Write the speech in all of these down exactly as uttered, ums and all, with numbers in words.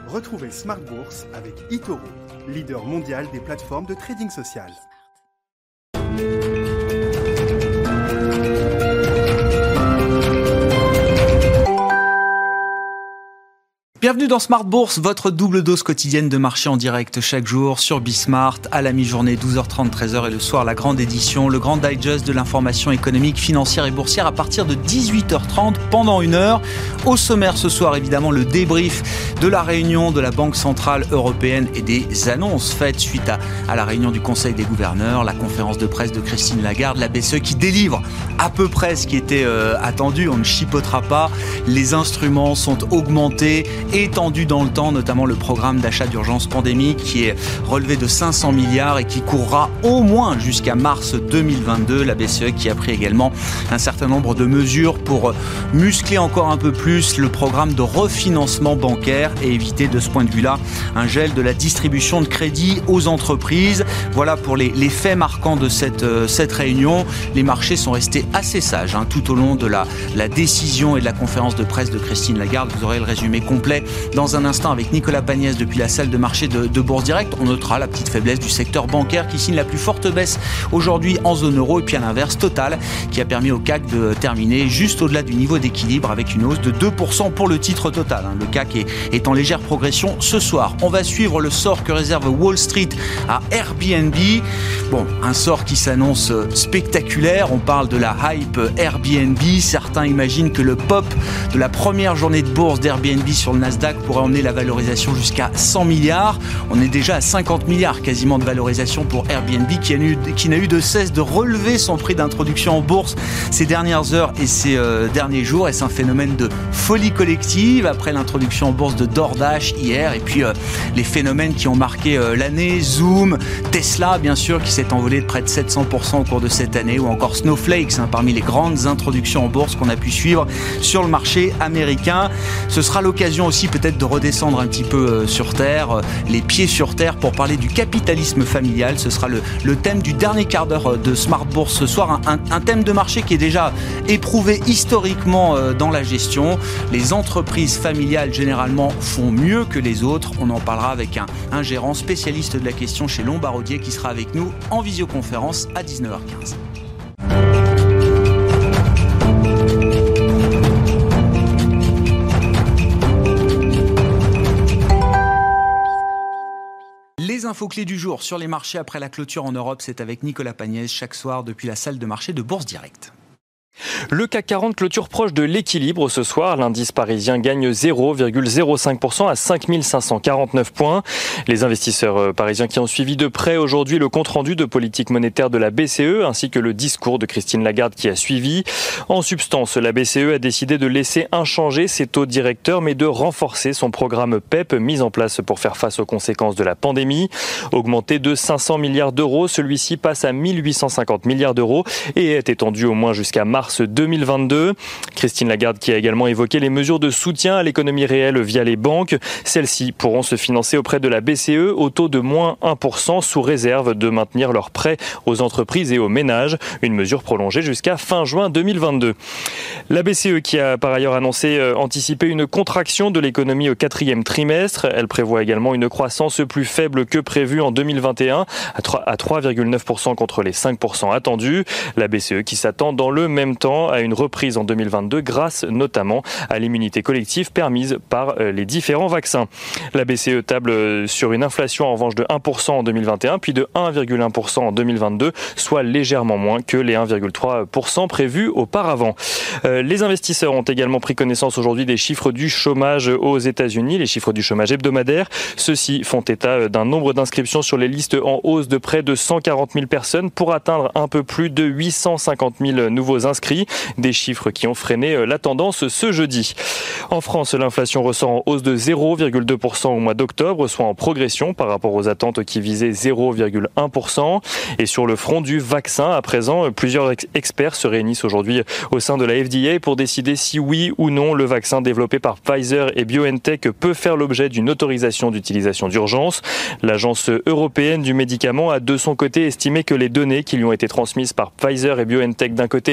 Retrouvez Smart Bourse avec eToro, leader mondial des plateformes de trading social. Bienvenue dans Smart Bourse, votre double dose quotidienne de marché en direct chaque jour sur Bismart, à la mi-journée, douze heures trente, treize heures et le soir, la grande édition, le grand digest de l'information économique, financière et boursière à partir de dix-huit heures trente pendant une heure. Au sommaire ce soir, évidemment, le débrief de la réunion de la Banque Centrale Européenne et des annonces faites suite à, à la réunion du Conseil des gouverneurs, la conférence de presse de Christine Lagarde, la B C E qui délivre à peu près ce qui était euh, attendu, on ne chipotera pas, les instruments sont augmentés, étendu dans le temps, notamment le programme d'achat d'urgence pandémique qui est relevé de cinq cents milliards et qui courra au moins jusqu'à mars deux mille vingt-deux. La B C E qui a pris également un certain nombre de mesures pour muscler encore un peu plus le programme de refinancement bancaire et éviter de ce point de vue-là un gel de la distribution de crédit aux entreprises. Voilà pour les, les faits marquants de cette, euh, cette réunion. Les marchés sont restés assez sages hein, tout au long de la, la décision et de la conférence de presse de Christine Lagarde. Vous aurez le résumé complet dans un instant avec Nicolas Pagnès depuis la salle de marché de, de Bourse Direct. On notera la petite faiblesse du secteur bancaire qui signe la plus forte baisse aujourd'hui en zone euro. Et puis à l'inverse, Total qui a permis au C A C de terminer juste au-delà du niveau d'équilibre avec une hausse de deux pour cent pour le titre Total. Le C A C est, est en légère progression ce soir. On va suivre le sort que réserve Wall Street à Airbnb. Bon, un sort qui s'annonce spectaculaire. On parle de la hype Airbnb. Certains imaginent que le pop de la première journée de bourse d'Airbnb sur le Nasdaq pourrait emmener la valorisation jusqu'à cent milliards. On est déjà à cinquante milliards quasiment de valorisation pour Airbnb qui, a eu, qui n'a eu de cesse de relever son prix d'introduction en bourse ces dernières heures et ces euh, derniers jours. Est-ce un phénomène de folie collective après l'introduction en bourse de DoorDash hier et puis euh, les phénomènes qui ont marqué euh, l'année, Zoom, Tesla bien sûr qui s'est envolé de près de sept cents pour cent au cours de cette année ou encore Snowflakes hein, parmi les grandes introductions en bourse qu'on a pu suivre sur le marché américain. Ce sera l'occasion aussi peut-être de redescendre un petit peu sur terre, les pieds sur terre pour parler du capitalisme familial. Ce sera le, le thème du dernier quart d'heure de Smart Bourse ce soir, un, un thème de marché qui est déjà éprouvé historiquement dans la gestion. Les entreprises familiales généralement font mieux que les autres. On en parlera avec un, un gérant spécialiste de la question chez Lombardier qui sera avec nous en visioconférence à dix-neuf heures quinze. Les infos clés du jour sur les marchés après la clôture en Europe, c'est avec Nicolas Pagnès chaque soir depuis la salle de marché de Bourse Direct. Le C A C quarante clôture proche de l'équilibre ce soir. L'indice parisien gagne zéro virgule zéro cinq pour cent à cinq mille cinq cent quarante-neuf points. Les investisseurs parisiens qui ont suivi de près aujourd'hui le compte-rendu de politique monétaire de la B C E ainsi que le discours de Christine Lagarde qui a suivi. En substance, la B C E a décidé de laisser inchangés ses taux directeurs mais de renforcer son programme P E P mis en place pour faire face aux conséquences de la pandémie. Augmenté de cinq cents milliards d'euros, celui-ci passe à mille huit cent cinquante milliards d'euros et est étendu au moins jusqu'à mars deux mille vingt-deux. Christine Lagarde qui a également évoqué les mesures de soutien à l'économie réelle via les banques. Celles-ci pourront se financer auprès de la B C E au taux de moins un pour cent sous réserve de maintenir leurs prêts aux entreprises et aux ménages. Une mesure prolongée jusqu'à fin juin deux mille vingt-deux. La B C E qui a par ailleurs annoncé euh, anticiper une contraction de l'économie au quatrième trimestre. Elle prévoit également une croissance plus faible que prévue en deux mille vingt et un à trois virgule neuf pour cent contre les cinq pour cent attendus. La B C E qui s'attend dans le même temps à une reprise en deux mille vingt-deux grâce notamment à l'immunité collective permise par les différents vaccins. La B C E table sur une inflation en revanche de un pour cent en deux mille vingt et un puis de un virgule un pour cent en deux mille vingt-deux, soit légèrement moins que les un virgule trois pour cent prévus auparavant. Les investisseurs ont également pris connaissance aujourd'hui des chiffres du chômage aux États-Unis, les chiffres du chômage hebdomadaire. Ceux-ci font état d'un nombre d'inscriptions sur les listes en hausse de près de cent quarante mille personnes pour atteindre un peu plus de huit cent cinquante mille nouveaux inscrits. Des chiffres qui ont freiné la tendance ce jeudi. En France, l'inflation ressort en hausse de zéro virgule deux pour cent au mois d'octobre, soit en progression par rapport aux attentes qui visaient zéro virgule un pour cent. Et sur le front du vaccin, à présent, plusieurs ex- experts se réunissent aujourd'hui au sein de la F D A pour décider si oui ou non le vaccin développé par Pfizer et BioNTech peut faire l'objet d'une autorisation d'utilisation d'urgence. L'Agence européenne du médicament a de son côté estimé que les données qui lui ont été transmises par Pfizer et BioNTech d'un côté,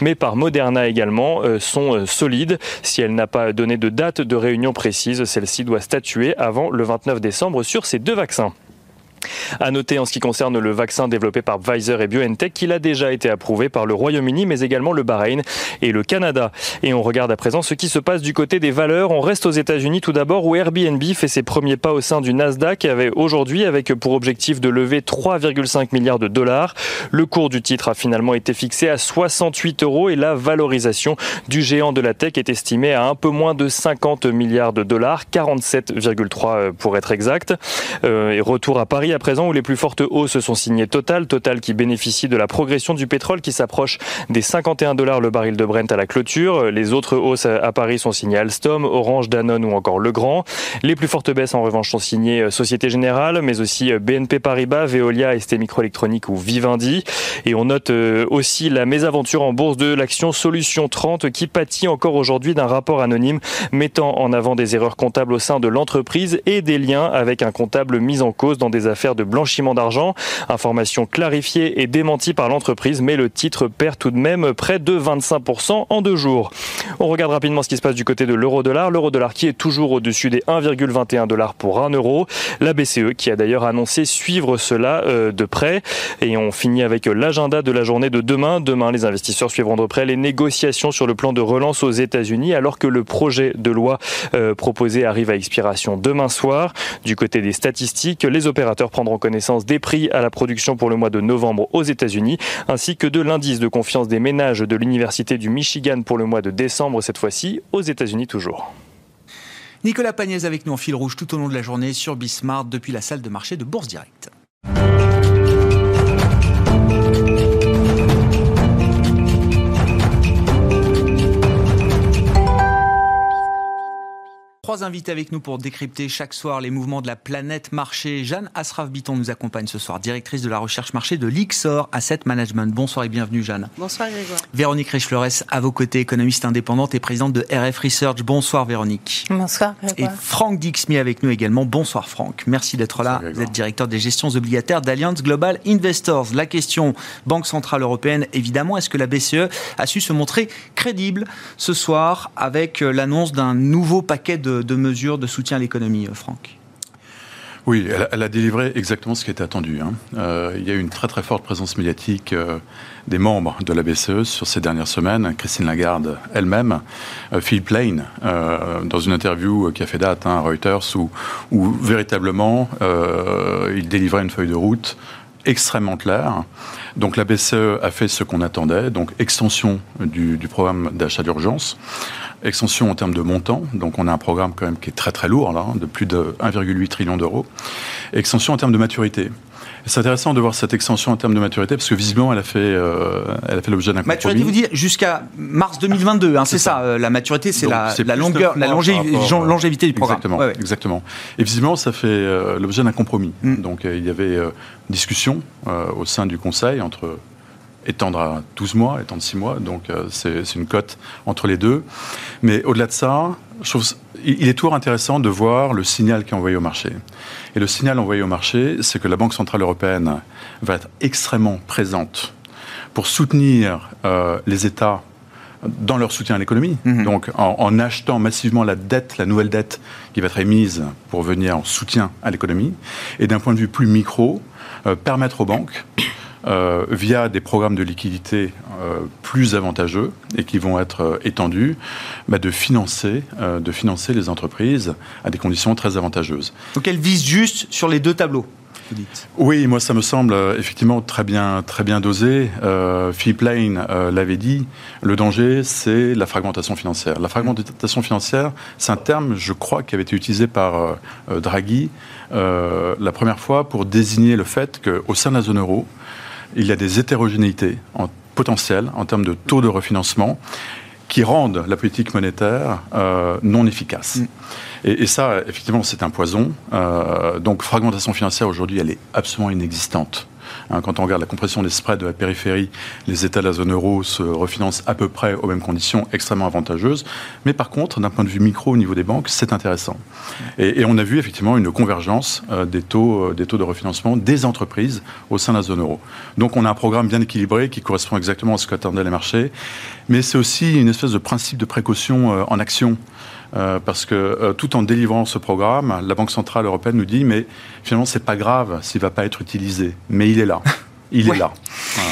mais par Moderna également, euh, sont euh, solides. Si elle n'a pas donné de date de réunion précise, celle-ci doit statuer avant le vingt-neuf décembre sur ces deux vaccins. À noter en ce qui concerne le vaccin développé par Pfizer et BioNTech qu'il a déjà été approuvé par le Royaume-Uni mais également le Bahreïn et le Canada. Et on regarde à présent ce qui se passe du côté des valeurs. On reste aux États-Unis tout d'abord où Airbnb fait ses premiers pas au sein du Nasdaq aujourd'hui avec pour objectif de lever trois virgule cinq milliards de dollars. Le cours du titre a finalement été fixé à soixante-huit euros et la valorisation du géant de la tech est estimée à un peu moins de cinquante milliards de dollars, quarante-sept virgule trois pour être exact. Euh, et retour à Paris à présent où les plus fortes hausses sont signées Total. Total qui bénéficie de la progression du pétrole qui s'approche des cinquante et un dollars le baril de Brent à la clôture. Les autres hausses à Paris sont signées Alstom, Orange, Danone ou encore Legrand. Les plus fortes baisses en revanche sont signées Société Générale mais aussi B N P Paribas, Veolia, S T Microélectronique ou Vivendi. Et on note aussi la mésaventure en bourse de l'action Solution trente qui pâtit encore aujourd'hui d'un rapport anonyme mettant en avant des erreurs comptables au sein de l'entreprise et des liens avec un comptable mis en cause dans des affaires de blanchiment d'argent. Information clarifiée et démentie par l'entreprise, mais le titre perd tout de même près de vingt-cinq pour cent en deux jours. On regarde rapidement ce qui se passe du côté de l'euro-dollar. L'euro-dollar qui est toujours au-dessus des un virgule vingt et un dollars pour un euro. La B C E qui a d'ailleurs annoncé suivre cela euh, de près. Et on finit avec l'agenda de la journée de demain. Demain, les investisseurs suivront de près les négociations sur le plan de relance aux États-Unis, alors que le projet de loi euh, proposé arrive à expiration demain soir. Du côté des statistiques, les opérateurs prendront connaissance des prix à la production pour le mois de novembre aux États-Unis, ainsi que de l'indice de confiance des ménages de l'Université du Michigan pour le mois de décembre, cette fois-ci aux États-Unis toujours. Nicolas Pagnès avec nous en fil rouge tout au long de la journée sur Bismart depuis la salle de marché de Bourse Direct. Trois invités avec nous pour décrypter chaque soir les mouvements de la planète marché. Jeanne Asraf-Biton nous accompagne ce soir, directrice de la recherche marché de l'Ixor Asset Management. Bonsoir et bienvenue Jeanne. Bonsoir Grégoire. Véronique Riche-Flores, à vos côtés, économiste indépendante et présidente de R F Research. Bonsoir Véronique. Bonsoir Grégoire. Et Franck Dixmy avec nous également. Bonsoir Franck. Merci d'être là. Vous êtes directeur des gestions obligataires d'Allianz Global Investors. La question, Banque Centrale Européenne, évidemment, est-ce que la B C E a su se montrer crédible ce soir avec l'annonce d'un nouveau paquet de de mesures de soutien à l'économie, Franck? Oui, elle a, elle a délivré exactement ce qui était attendu. Hein. Euh, il y a eu une très très forte présence médiatique euh, des membres de la B C E sur ces dernières semaines. Christine Lagarde elle-même, euh, Philippe Lane, euh, dans une interview qui a fait date hein, à Reuters, où, où véritablement euh, il délivrait une feuille de route extrêmement claire. Donc la B C E a fait ce qu'on attendait, donc extension du, du programme d'achat d'urgence, extension en termes de montant, donc on a un programme quand même qui est très très lourd là, de plus de un virgule huit trillion d'euros, extension en termes de maturité. Et c'est intéressant de voir cette extension en termes de maturité parce que visiblement elle a fait, euh, elle a fait l'objet d'un compromis. Maturité, vous dites jusqu'à mars deux mille vingt-deux, hein, c'est, c'est ça. ça. Euh, la maturité, c'est donc, la, c'est la longueur, la longé- rapport, longévité du programme. Exactement, ouais, ouais. exactement. Et visiblement ça fait euh, l'objet d'un compromis. Mm. Donc euh, il y avait euh, discussion euh, au sein du Conseil entre étendre à douze mois, étendre six mois, donc euh, c'est, c'est une cote entre les deux. Mais au-delà de ça, je trouve, il est toujours intéressant de voir le signal qui est envoyé au marché. Et le signal envoyé au marché, c'est que la Banque Centrale Européenne va être extrêmement présente pour soutenir euh, les États dans leur soutien à l'économie, mmh. donc en, en achetant massivement la dette, la nouvelle dette qui va être émise pour venir en soutien à l'économie, et d'un point de vue plus micro, euh, permettre aux banques Euh, via des programmes de liquidité euh, plus avantageux et qui vont être euh, étendus, bah, de financer, euh, de financer les entreprises à des conditions très avantageuses. Donc elle vise juste sur les deux tableaux, vous dites? Oui, moi ça me semble euh, effectivement très bien, très bien dosé. Euh, Philippe Lane euh, l'avait dit, le danger c'est la fragmentation financière. La fragmentation financière, c'est un terme, je crois, qui avait été utilisé par euh, Draghi euh, la première fois pour désigner le fait qu'au sein de la zone euro, il y a des hétérogénéités en potentielles en termes de taux de refinancement qui rendent la politique monétaire euh, non efficace. Mm. Et, et ça, effectivement, c'est un poison. Euh, donc, fragmentation financière, aujourd'hui, elle est absolument inexistante Hein, quand on regarde la compression des spreads de la périphérie, les États de la zone euro se refinancent à peu près aux mêmes conditions, extrêmement avantageuses. Mais par contre, d'un point de vue micro au niveau des banques, c'est intéressant. Et, et on a vu effectivement une convergence euh, des, taux, euh, des taux de refinancement des entreprises au sein de la zone euro. Donc on a un programme bien équilibré qui correspond exactement à ce qu'attendaient les marchés. Mais c'est aussi une espèce de principe de précaution euh, en action. Euh, parce que euh, tout en délivrant ce programme, la Banque Centrale Européenne nous dit mais finalement c'est pas grave s'il va pas être utilisé, mais il est là, il ouais. est là. Voilà.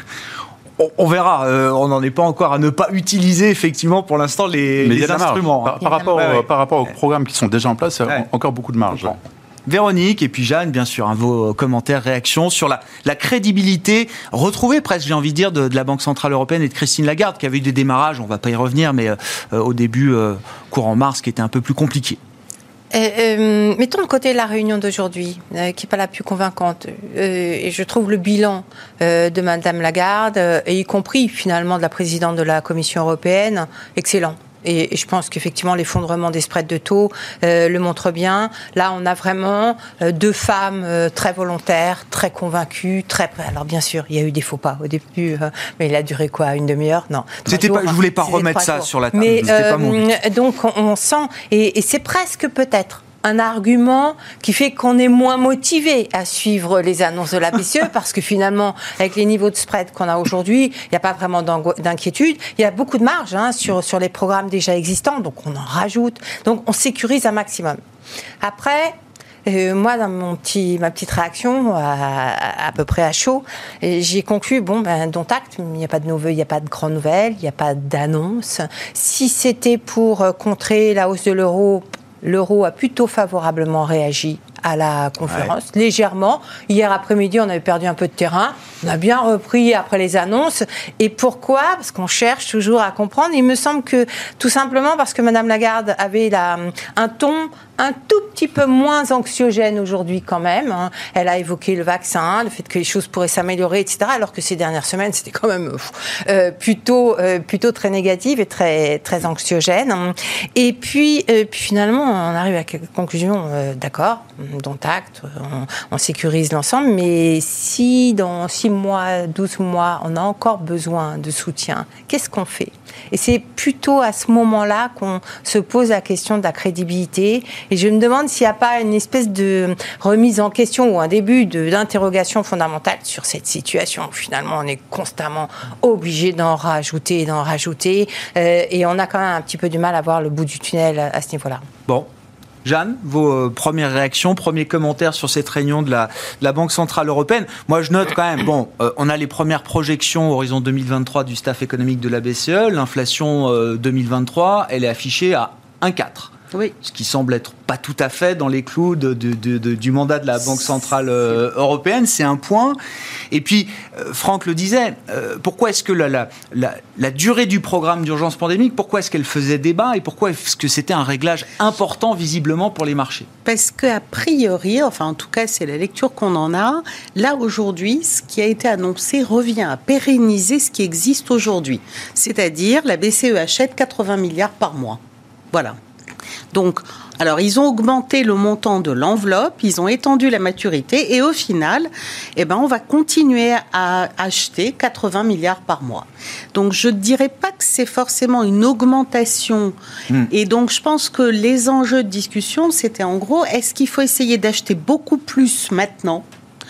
On, on verra, euh, on n'en est pas encore à ne pas utiliser effectivement pour l'instant les, les instruments. Par, par, rapport, ouais, ouais. par rapport aux programmes qui sont déjà en place, il y a ouais. encore beaucoup de marge. Véronique et puis Jeanne, bien sûr, hein, vos commentaires, réactions sur la, la crédibilité retrouvée presque, j'ai envie de dire, de, de la Banque Centrale Européenne et de Christine Lagarde, qui avait eu des démarrages, on ne va pas y revenir, mais euh, au début, euh, courant mars, qui était un peu plus compliqué. Euh, euh, mettons de côté la réunion d'aujourd'hui, euh, qui n'est pas la plus convaincante. Euh, et je trouve le bilan euh, de Madame Lagarde, euh, et y compris finalement de la présidente de la Commission européenne, excellent. Et je pense qu'effectivement, l'effondrement des spreads de taux euh, le montre bien. Là, on a vraiment euh, deux femmes euh, très volontaires, très convaincues, très... Alors, bien sûr, il y a eu des faux pas au début, euh, mais il a duré quoi, une demi-heure? Non. C'était pas, je voulais pas remettre ça jours. sur la table. Mais euh, pas mon donc, on, on sent... Et, et c'est presque peut-être un argument qui fait qu'on est moins motivé à suivre les annonces de la B C E parce que finalement, avec les niveaux de spread qu'on a aujourd'hui, il n'y a pas vraiment d'inquiétude. Il y a beaucoup de marge hein, sur, sur les programmes déjà existants, donc on en rajoute. Donc on sécurise un maximum. Après... Euh, moi, dans mon petit, ma petite réaction, à, à, à peu près à chaud, j'ai conclu, bon, ben, dont acte, il n'y a pas de nouveau, il n'y a pas de grandes nouvelles, il n'y a pas d'annonce. Si c'était pour contrer la hausse de l'euro, l'euro a plutôt favorablement réagi à la conférence, ouais. légèrement. Hier après-midi, on avait perdu un peu de terrain. On a bien repris après les annonces. Et pourquoi ? Parce qu'on cherche toujours à comprendre. Il me semble que, tout simplement, parce que Mme Lagarde avait la, un ton un tout petit peu moins anxiogène aujourd'hui quand même. Hein. Elle a évoqué le vaccin, le fait que les choses pourraient s'améliorer, et cetera. Alors que ces dernières semaines, c'était quand même euh, plutôt, euh, plutôt très négative et très, très anxiogène. Et puis, euh, puis finalement, on arrive à quelques conclusions. Euh, d'accord, dont acte, on, on sécurise l'ensemble. Mais si dans six mois, douze mois, on a encore besoin de soutien, qu'est-ce qu'on fait ? Et c'est plutôt à ce moment-là qu'on se pose la question de la crédibilité. Et je me demande s'il n'y a pas une espèce de remise en question ou un début de, d'interrogation fondamentale sur cette situation. Finalement, on est constamment obligé d'en rajouter et d'en rajouter. Euh, et on a quand même un petit peu du mal à voir le bout du tunnel à, à ce niveau-là. Bon. Jeanne, vos euh, premières réactions, premiers commentaires sur cette réunion de la, de la Banque Centrale Européenne. Moi, je note quand même, bon, euh, on a les premières projections horizon deux mille vingt-trois du staff économique de la B C E. L'inflation euh, deux mille vingt-trois, elle est affichée à un virgule quatre. Oui. Ce qui semble être pas tout à fait dans les clous de, de, de, de, du mandat de la Banque Centrale euh, Européenne, c'est un point. Et puis, euh, Franck le disait, euh, pourquoi est-ce que la, la, la, la durée du programme d'urgence pandémique, pourquoi est-ce qu'elle faisait débat et pourquoi est-ce que c'était un réglage important visiblement pour les marchés ? Parce qu'a priori, enfin en tout cas c'est la lecture qu'on en a, là aujourd'hui, ce qui a été annoncé revient à pérenniser ce qui existe aujourd'hui. C'est-à-dire la B C E achète quatre-vingts milliards par mois. Voilà. Donc, alors, ils ont augmenté le montant de l'enveloppe, ils ont étendu la maturité et au final, eh ben, on va continuer à acheter quatre-vingts milliards par mois. Donc, je ne dirais pas que c'est forcément une augmentation. Mmh. Et donc, je pense que les enjeux de discussion, c'était en gros, est-ce qu'il faut essayer d'acheter beaucoup plus maintenant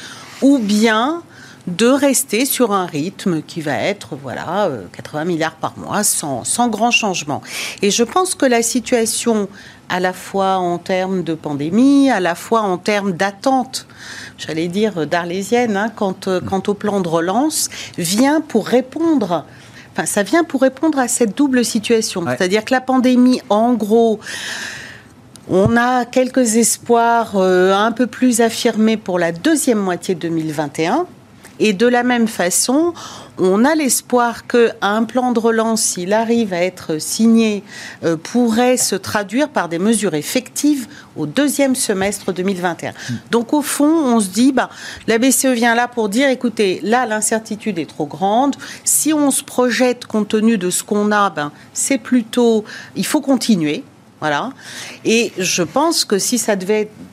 ou bien de rester sur un rythme qui va être voilà, quatre-vingts milliards par mois sans, sans grand changement. Et je pense que la situation, à la fois en termes de pandémie, à la fois en termes d'attente, j'allais dire d'arlésienne, hein, quant, quant au plan de relance, vient pour répondre... Enfin, ça vient pour répondre à cette double situation. Ouais. C'est-à-dire que la pandémie, en gros... On a quelques espoirs euh, un peu plus affirmés pour la deuxième moitié deux mille vingt et un. Et de la même façon, on a l'espoir qu'un plan de relance, s'il arrive à être signé, euh, pourrait se traduire par des mesures effectives au deuxième semestre deux mille vingt et un. Mmh. Donc au fond, on se dit, bah, la B C E vient là pour dire, écoutez, là l'incertitude est trop grande. Si on se projette compte tenu de ce qu'on a, ben, c'est plutôt, il faut continuer. Voilà. Et je pense que si ça devait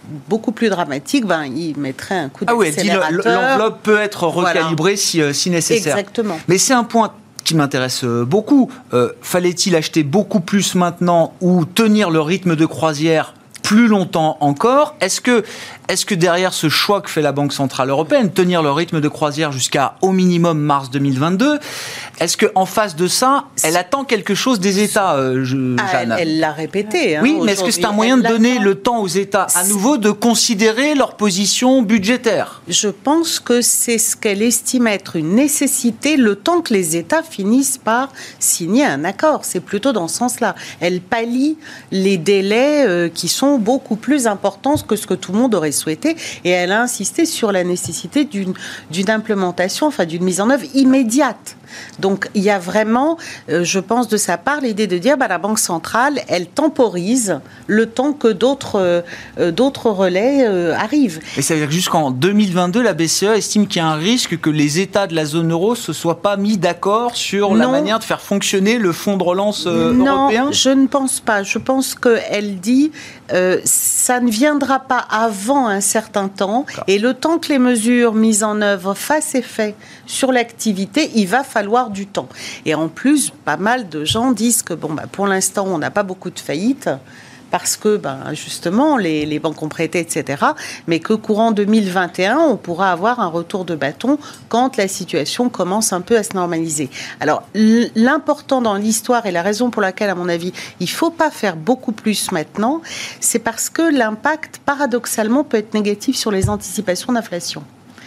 beaucoup plus dramatique, ben, il mettrait un coup d'accélérateur. Ah oui, elle dit l'enveloppe peut être recalibrée voilà. si, si nécessaire. Exactement. Mais c'est un point qui m'intéresse beaucoup. Euh, fallait-il acheter beaucoup plus maintenant ou tenir le rythme de croisière plus longtemps encore? Est-ce que, est-ce que derrière ce choix que fait la Banque Centrale Européenne, tenir le rythme de croisière jusqu'à au minimum mars deux mille vingt-deux, est-ce qu'en face de ça, elle attend quelque chose des États, euh, je, ah, Jeanne? Elle, elle l'a répété. Hein, oui, mais est-ce que c'est un moyen de donner le temps aux États à nouveau de considérer leur position budgétaire? Je pense que c'est ce qu'elle estime être une nécessité, le temps que les États finissent par signer un accord. C'est plutôt dans ce sens-là. Elle pallie les délais euh, qui sont beaucoup plus importants que ce que tout le monde aurait souhaité, et elle a insisté sur la nécessité d'une, d'une implémentation, enfin d'une mise en œuvre immédiate. Donc il y a vraiment, euh, je pense de sa part, l'idée de dire bah, la Banque centrale, elle temporise le temps que d'autres, euh, d'autres relais euh, arrivent. Et ça veut dire que jusqu'en deux mille vingt-deux, la B C E estime qu'il y a un risque que les États de la zone euro ne se soient pas mis d'accord sur non. la manière de faire fonctionner le fonds de relance euh, non, européen? Non, je ne pense pas. Je pense qu'elle dit euh, ça ne viendra pas avant un certain temps, d'accord. Et le temps que les mesures mises en œuvre fassent effet sur l'activité, il va falloir du temps. Et en plus, pas mal de gens disent que bon, bah, pour l'instant, on n'a pas beaucoup de faillites, parce que, ben, justement, les, les banques ont prêté, et cetera, mais que courant deux mille vingt et un, on pourra avoir un retour de bâton quand la situation commence un peu à se normaliser. Alors, l'important dans l'histoire, et la raison pour laquelle, à mon avis, il ne faut pas faire beaucoup plus maintenant, c'est parce que l'impact, paradoxalement, peut être négatif sur les anticipations d'inflation.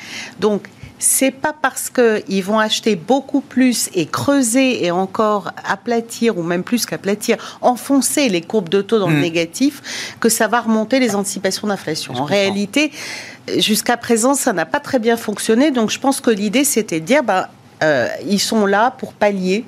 Donc, c'est pas parce qu'ils vont acheter beaucoup plus et creuser et encore aplatir, ou même plus qu'aplatir, enfoncer les courbes de taux dans mmh. le négatif, que ça va remonter les anticipations d'inflation. En réalité, jusqu'à présent, ça n'a pas très bien fonctionné. Donc, je pense que l'idée, c'était de dire, bah, euh, ils sont là pour pallier.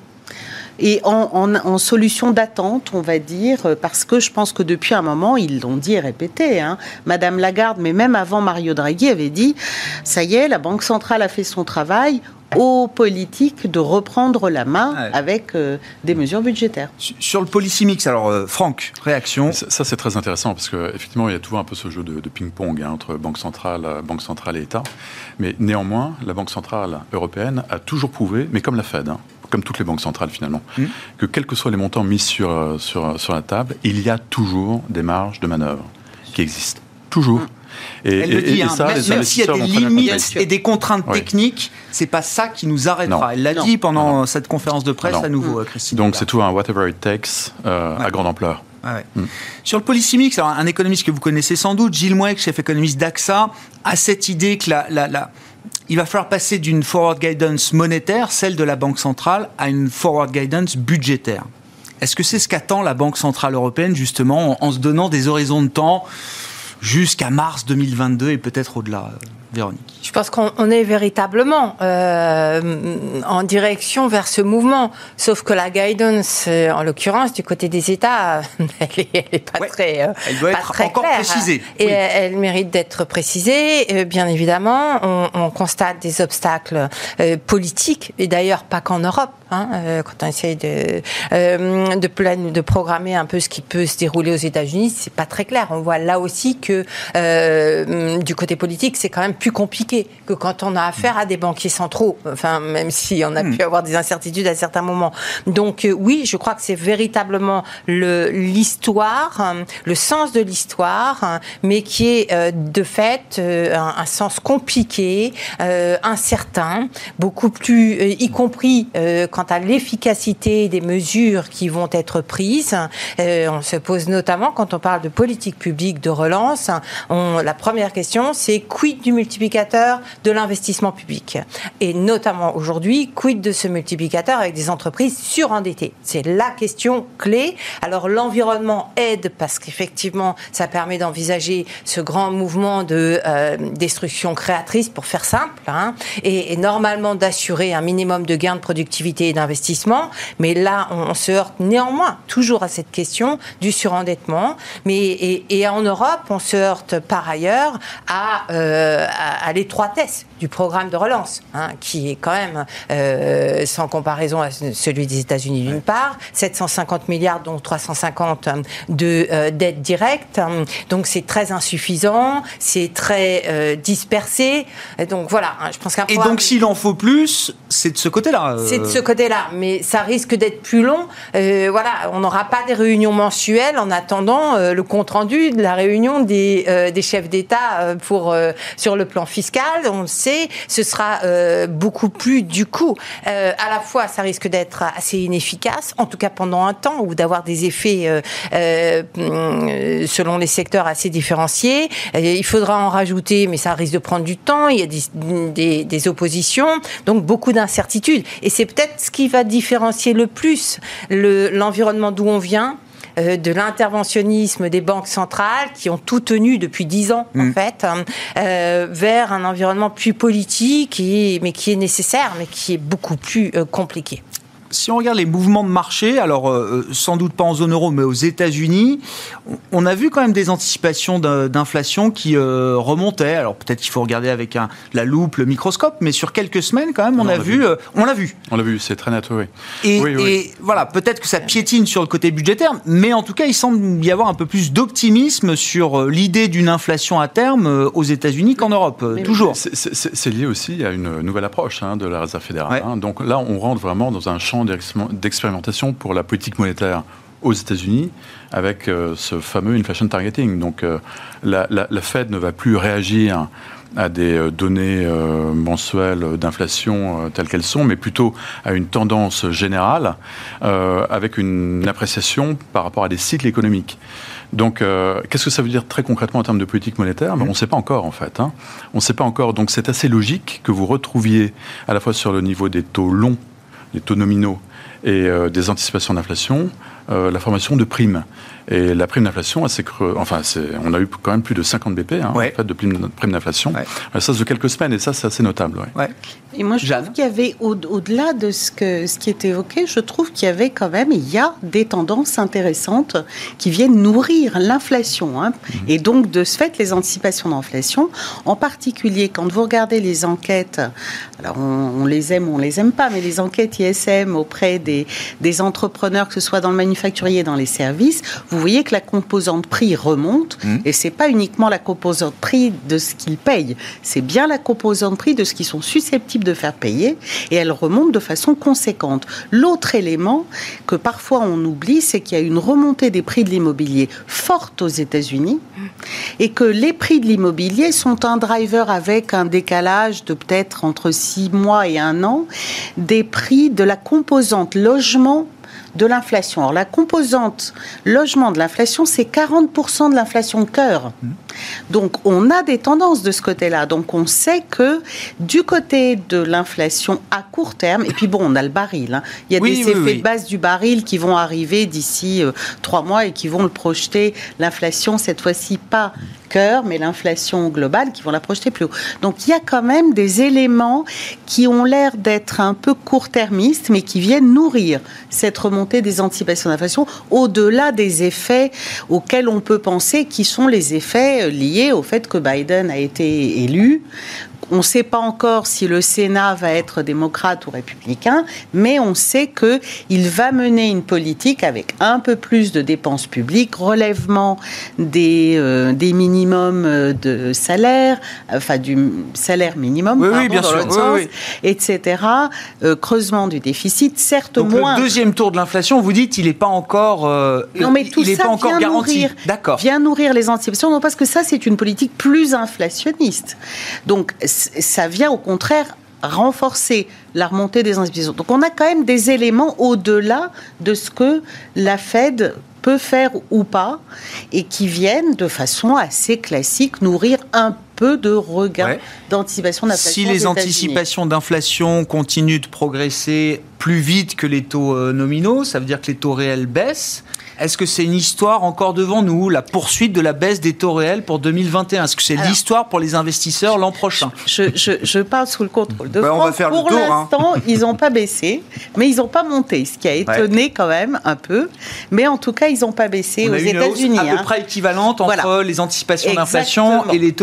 Et en, en, en solution d'attente, on va dire, parce que je pense que depuis un moment, ils l'ont dit et répété, hein, Madame Lagarde, mais même avant Mario Draghi, avait dit, ça y est, la Banque centrale a fait son travail, aux politiques de reprendre la main ouais. avec euh, des mesures budgétaires. Sur le policy mix, alors euh, Franck, réaction? Ça, ça c'est très intéressant parce qu'effectivement il y a toujours un peu ce jeu de, de ping-pong hein, entre Banque centrale, Banque centrale et État. Mais néanmoins, la Banque centrale européenne a toujours prouvé, mais comme la Fed, hein, comme toutes les banques centrales finalement, mmh. que quels que soient les montants mis sur, sur, sur la table, il y a toujours des marges de manœuvre qui existent. Toujours. Mmh. Et, Elle et, le dit, et, hein, et ça, même, même s'il y a des limites et des contraintes oui. techniques, c'est pas ça qui nous arrêtera. Non. Elle l'a non. dit pendant non. cette conférence de presse non. à nouveau, mmh. Christine. Donc c'est tout un whatever it takes euh, ouais. à grande ampleur. Ah ouais. mmh. Sur le policy mix, alors un économiste que vous connaissez sans doute, Gilles Mouek, chef économiste d'A X A, a cette idée que la, la, la, il va falloir passer d'une forward guidance monétaire, celle de la Banque centrale, à une forward guidance budgétaire. Est-ce que c'est ce qu'attend la Banque centrale européenne, justement, en, en se donnant des horizons de temps jusqu'à mars deux mille vingt-deux et peut-être au-delà, Véronique? Je pense qu'on on est véritablement euh, en direction vers ce mouvement. Sauf que la guidance, euh, en l'occurrence, du côté des États, elle n'est elle est pas ouais. très euh, Elle doit pas être très encore claire, précisée. Et oui. elle, elle mérite d'être précisée. Euh, bien évidemment, on, on constate des obstacles euh, politiques, et d'ailleurs pas qu'en Europe. Hein, euh, quand on essaye de, euh, de, plan, de programmer un peu ce qui peut se dérouler aux États-Unis, c'est pas très clair. On voit là aussi que euh, du côté politique, c'est quand même plus compliqué que quand on a affaire à des banquiers centraux. Enfin, même si on a mmh. pu avoir des incertitudes à certains moments. Donc euh, oui, je crois que c'est véritablement le, l'histoire, hein, le sens de l'histoire, hein, mais qui est euh, de fait euh, un, un sens compliqué, euh, incertain, beaucoup plus, euh, y compris euh, quand quant à l'efficacité des mesures qui vont être prises. Euh, on se pose notamment, quand on parle de politique publique de relance, on, la première question, c'est quid du multiplicateur de l'investissement public? Et notamment aujourd'hui, quid de ce multiplicateur avec des entreprises surendettées? C'est la question clé. Alors l'environnement aide parce qu'effectivement, ça permet d'envisager ce grand mouvement de euh, destruction créatrice, pour faire simple, hein, et, et normalement d'assurer un minimum de gains de productivité et d'investissement, mais là on se heurte néanmoins toujours à cette question du surendettement, mais et, et en Europe on se heurte par ailleurs à, euh, à, à l'étroitesse du programme de relance, hein, qui est quand même euh, sans comparaison à celui des États-Unis d'une part, sept cent cinquante milliards dont trois cent cinquante de euh, dette directe, donc c'est très insuffisant, c'est très euh, dispersé, et donc voilà, hein, je pense qu'un et programme... donc s'il en faut plus, c'est de ce côté-là. Euh... C'est de ce côté-là, mais ça risque d'être plus long. Euh, voilà, on n'aura pas des réunions mensuelles en attendant euh, le compte-rendu de la réunion des, euh, des chefs d'État euh, pour, euh, sur le plan fiscal. On le sait, ce sera euh, beaucoup plus du coup. Euh, à la fois, ça risque d'être assez inefficace, en tout cas pendant un temps, ou d'avoir des effets euh, euh, selon les secteurs assez différenciés. Euh, il faudra en rajouter, mais ça risque de prendre du temps. Il y a des, des, des oppositions, donc beaucoup d'incertitudes. Et c'est peut-être ce qui va différencier le plus le, l'environnement d'où on vient, euh, de l'interventionnisme des banques centrales qui ont tout tenu depuis dix ans, mmh. en fait, euh, vers un environnement plus politique, et, mais qui est nécessaire, mais qui est beaucoup plus euh, compliqué. Si on regarde les mouvements de marché, alors euh, sans doute pas en zone euro, mais aux États-Unis, on a vu quand même des anticipations d'inflation qui euh, remontaient. Alors peut-être qu'il faut regarder avec un, la loupe, le microscope, mais sur quelques semaines quand même, on, on a vu, vu. Euh, on l'a vu. On l'a vu, c'est très net, oui. Et, oui, oui. et voilà, peut-être que ça piétine sur le côté budgétaire, mais en tout cas, il semble y avoir un peu plus d'optimisme sur l'idée d'une inflation à terme aux États-Unis qu'en Europe, mais toujours. C'est, c'est, c'est lié aussi à une nouvelle approche hein, de la Réserve fédérale. Ouais. Hein. Donc là, on rentre vraiment dans un champ d'expérimentation pour la politique monétaire aux États-Unis avec euh, ce fameux inflation targeting. Donc euh, la, la, la Fed ne va plus réagir à des euh, données euh, mensuelles d'inflation euh, telles qu'elles sont, mais plutôt à une tendance générale euh, avec une appréciation par rapport à des cycles économiques. Donc, euh, qu'est-ce que ça veut dire très concrètement en termes de politique monétaire ? Ben, on ne sait pas encore, en fait. Hein. On ne sait pas encore. Donc, c'est assez logique que vous retrouviez à la fois sur le niveau des taux longs, les taux nominaux et euh, des anticipations d'inflation, euh, la formation de primes. Et la prime d'inflation, c'est creux. Enfin, c'est, on a eu quand même plus de cinquante B P hein, ouais. en fait, de prime, prime d'inflation. Ouais. Ça, c'est de quelques semaines, et ça, c'est assez notable. Ouais. Ouais. Et moi, je Jeanne. trouve qu'il y avait, au, au-delà de ce, que, ce qui est évoqué, je trouve qu'il y avait quand même, il y a des tendances intéressantes qui viennent nourrir l'inflation. Hein. Mmh. Et donc, de ce fait, les anticipations d'inflation, en particulier, quand vous regardez les enquêtes, alors on, on les aime ou on les aime pas, mais les enquêtes I S M auprès des, des entrepreneurs, que ce soit dans le manufacturier, dans les services, vous voyez que la composante prix remonte, mmh. et c'est pas uniquement la composante prix de ce qu'ils payent, c'est bien la composante prix de ce qu'ils sont susceptibles de faire payer, et elle remonte de façon conséquente. L'autre élément que parfois on oublie, c'est qu'il y a une remontée des prix de l'immobilier forte aux États-Unis, mmh. et que les prix de l'immobilier sont un driver avec un décalage de peut-être entre six mois et un an des prix de la composante logement de l'inflation. Alors, la composante logement de l'inflation, c'est quarante pour cent de l'inflation cœur. Mmh. Donc, on a des tendances de ce côté-là. Donc, on sait que du côté de l'inflation à court terme, et puis bon, on a le baril. Hein. Il y a oui, des oui, effets oui. de base du baril qui vont arriver d'ici euh, trois mois et qui vont le projeter, l'inflation, cette fois-ci, pas cœur, mais l'inflation globale, qui vont la projeter plus haut. Donc, il y a quand même des éléments qui ont l'air d'être un peu court-termistes, mais qui viennent nourrir cette remontée des anticipations d'inflation, au-delà des effets auxquels on peut penser, qui sont les effets liés au fait que Biden a été élu. On ne sait pas encore si le Sénat va être démocrate ou républicain, mais on sait qu'il va mener une politique avec un peu plus de dépenses publiques, relèvement des, euh, des minimums de salaire, enfin du salaire minimum, oui, pardon, oui, bien dans sûr, l'autre sens, oui, oui. et cetera. Euh, creusement du déficit, certes Donc moins. Le deuxième tour de l'inflation, vous dites, il n'est pas encore, euh, non, mais tout il n'est ça pas encore vient garanti. Nourrir, D'accord. Vient nourrir les anticipations, non parce que ça, c'est une politique plus inflationniste. Donc, ça vient au contraire renforcer la remontée des anticipations. Donc on a quand même des éléments au-delà de ce que la Fed peut faire ou pas, et qui viennent de façon assez classique nourrir un peu de regain ouais. d'anticipation d'inflation. Si les anticipations d'inflation continuent de progresser plus vite que les taux euh, nominaux, ça veut dire que les taux réels baissent. Est-ce que c'est une histoire encore devant nous, la poursuite de la baisse des taux réels pour deux mille vingt et un ? Est-ce que c'est Alors, l'histoire pour les investisseurs l'an prochain ? je, je, je parle sous le contrôle de ben, France. On va faire pour le tour, l'instant, hein. Ils n'ont pas baissé, mais ils n'ont pas monté, ce qui a étonné ouais. quand même un peu. Mais en tout cas, ils n'ont pas baissé on aux a eu États-Unis. Une hausse à hein. peu près équivalente entre voilà. les anticipations Exactement. d'inflation et les taux nominaux.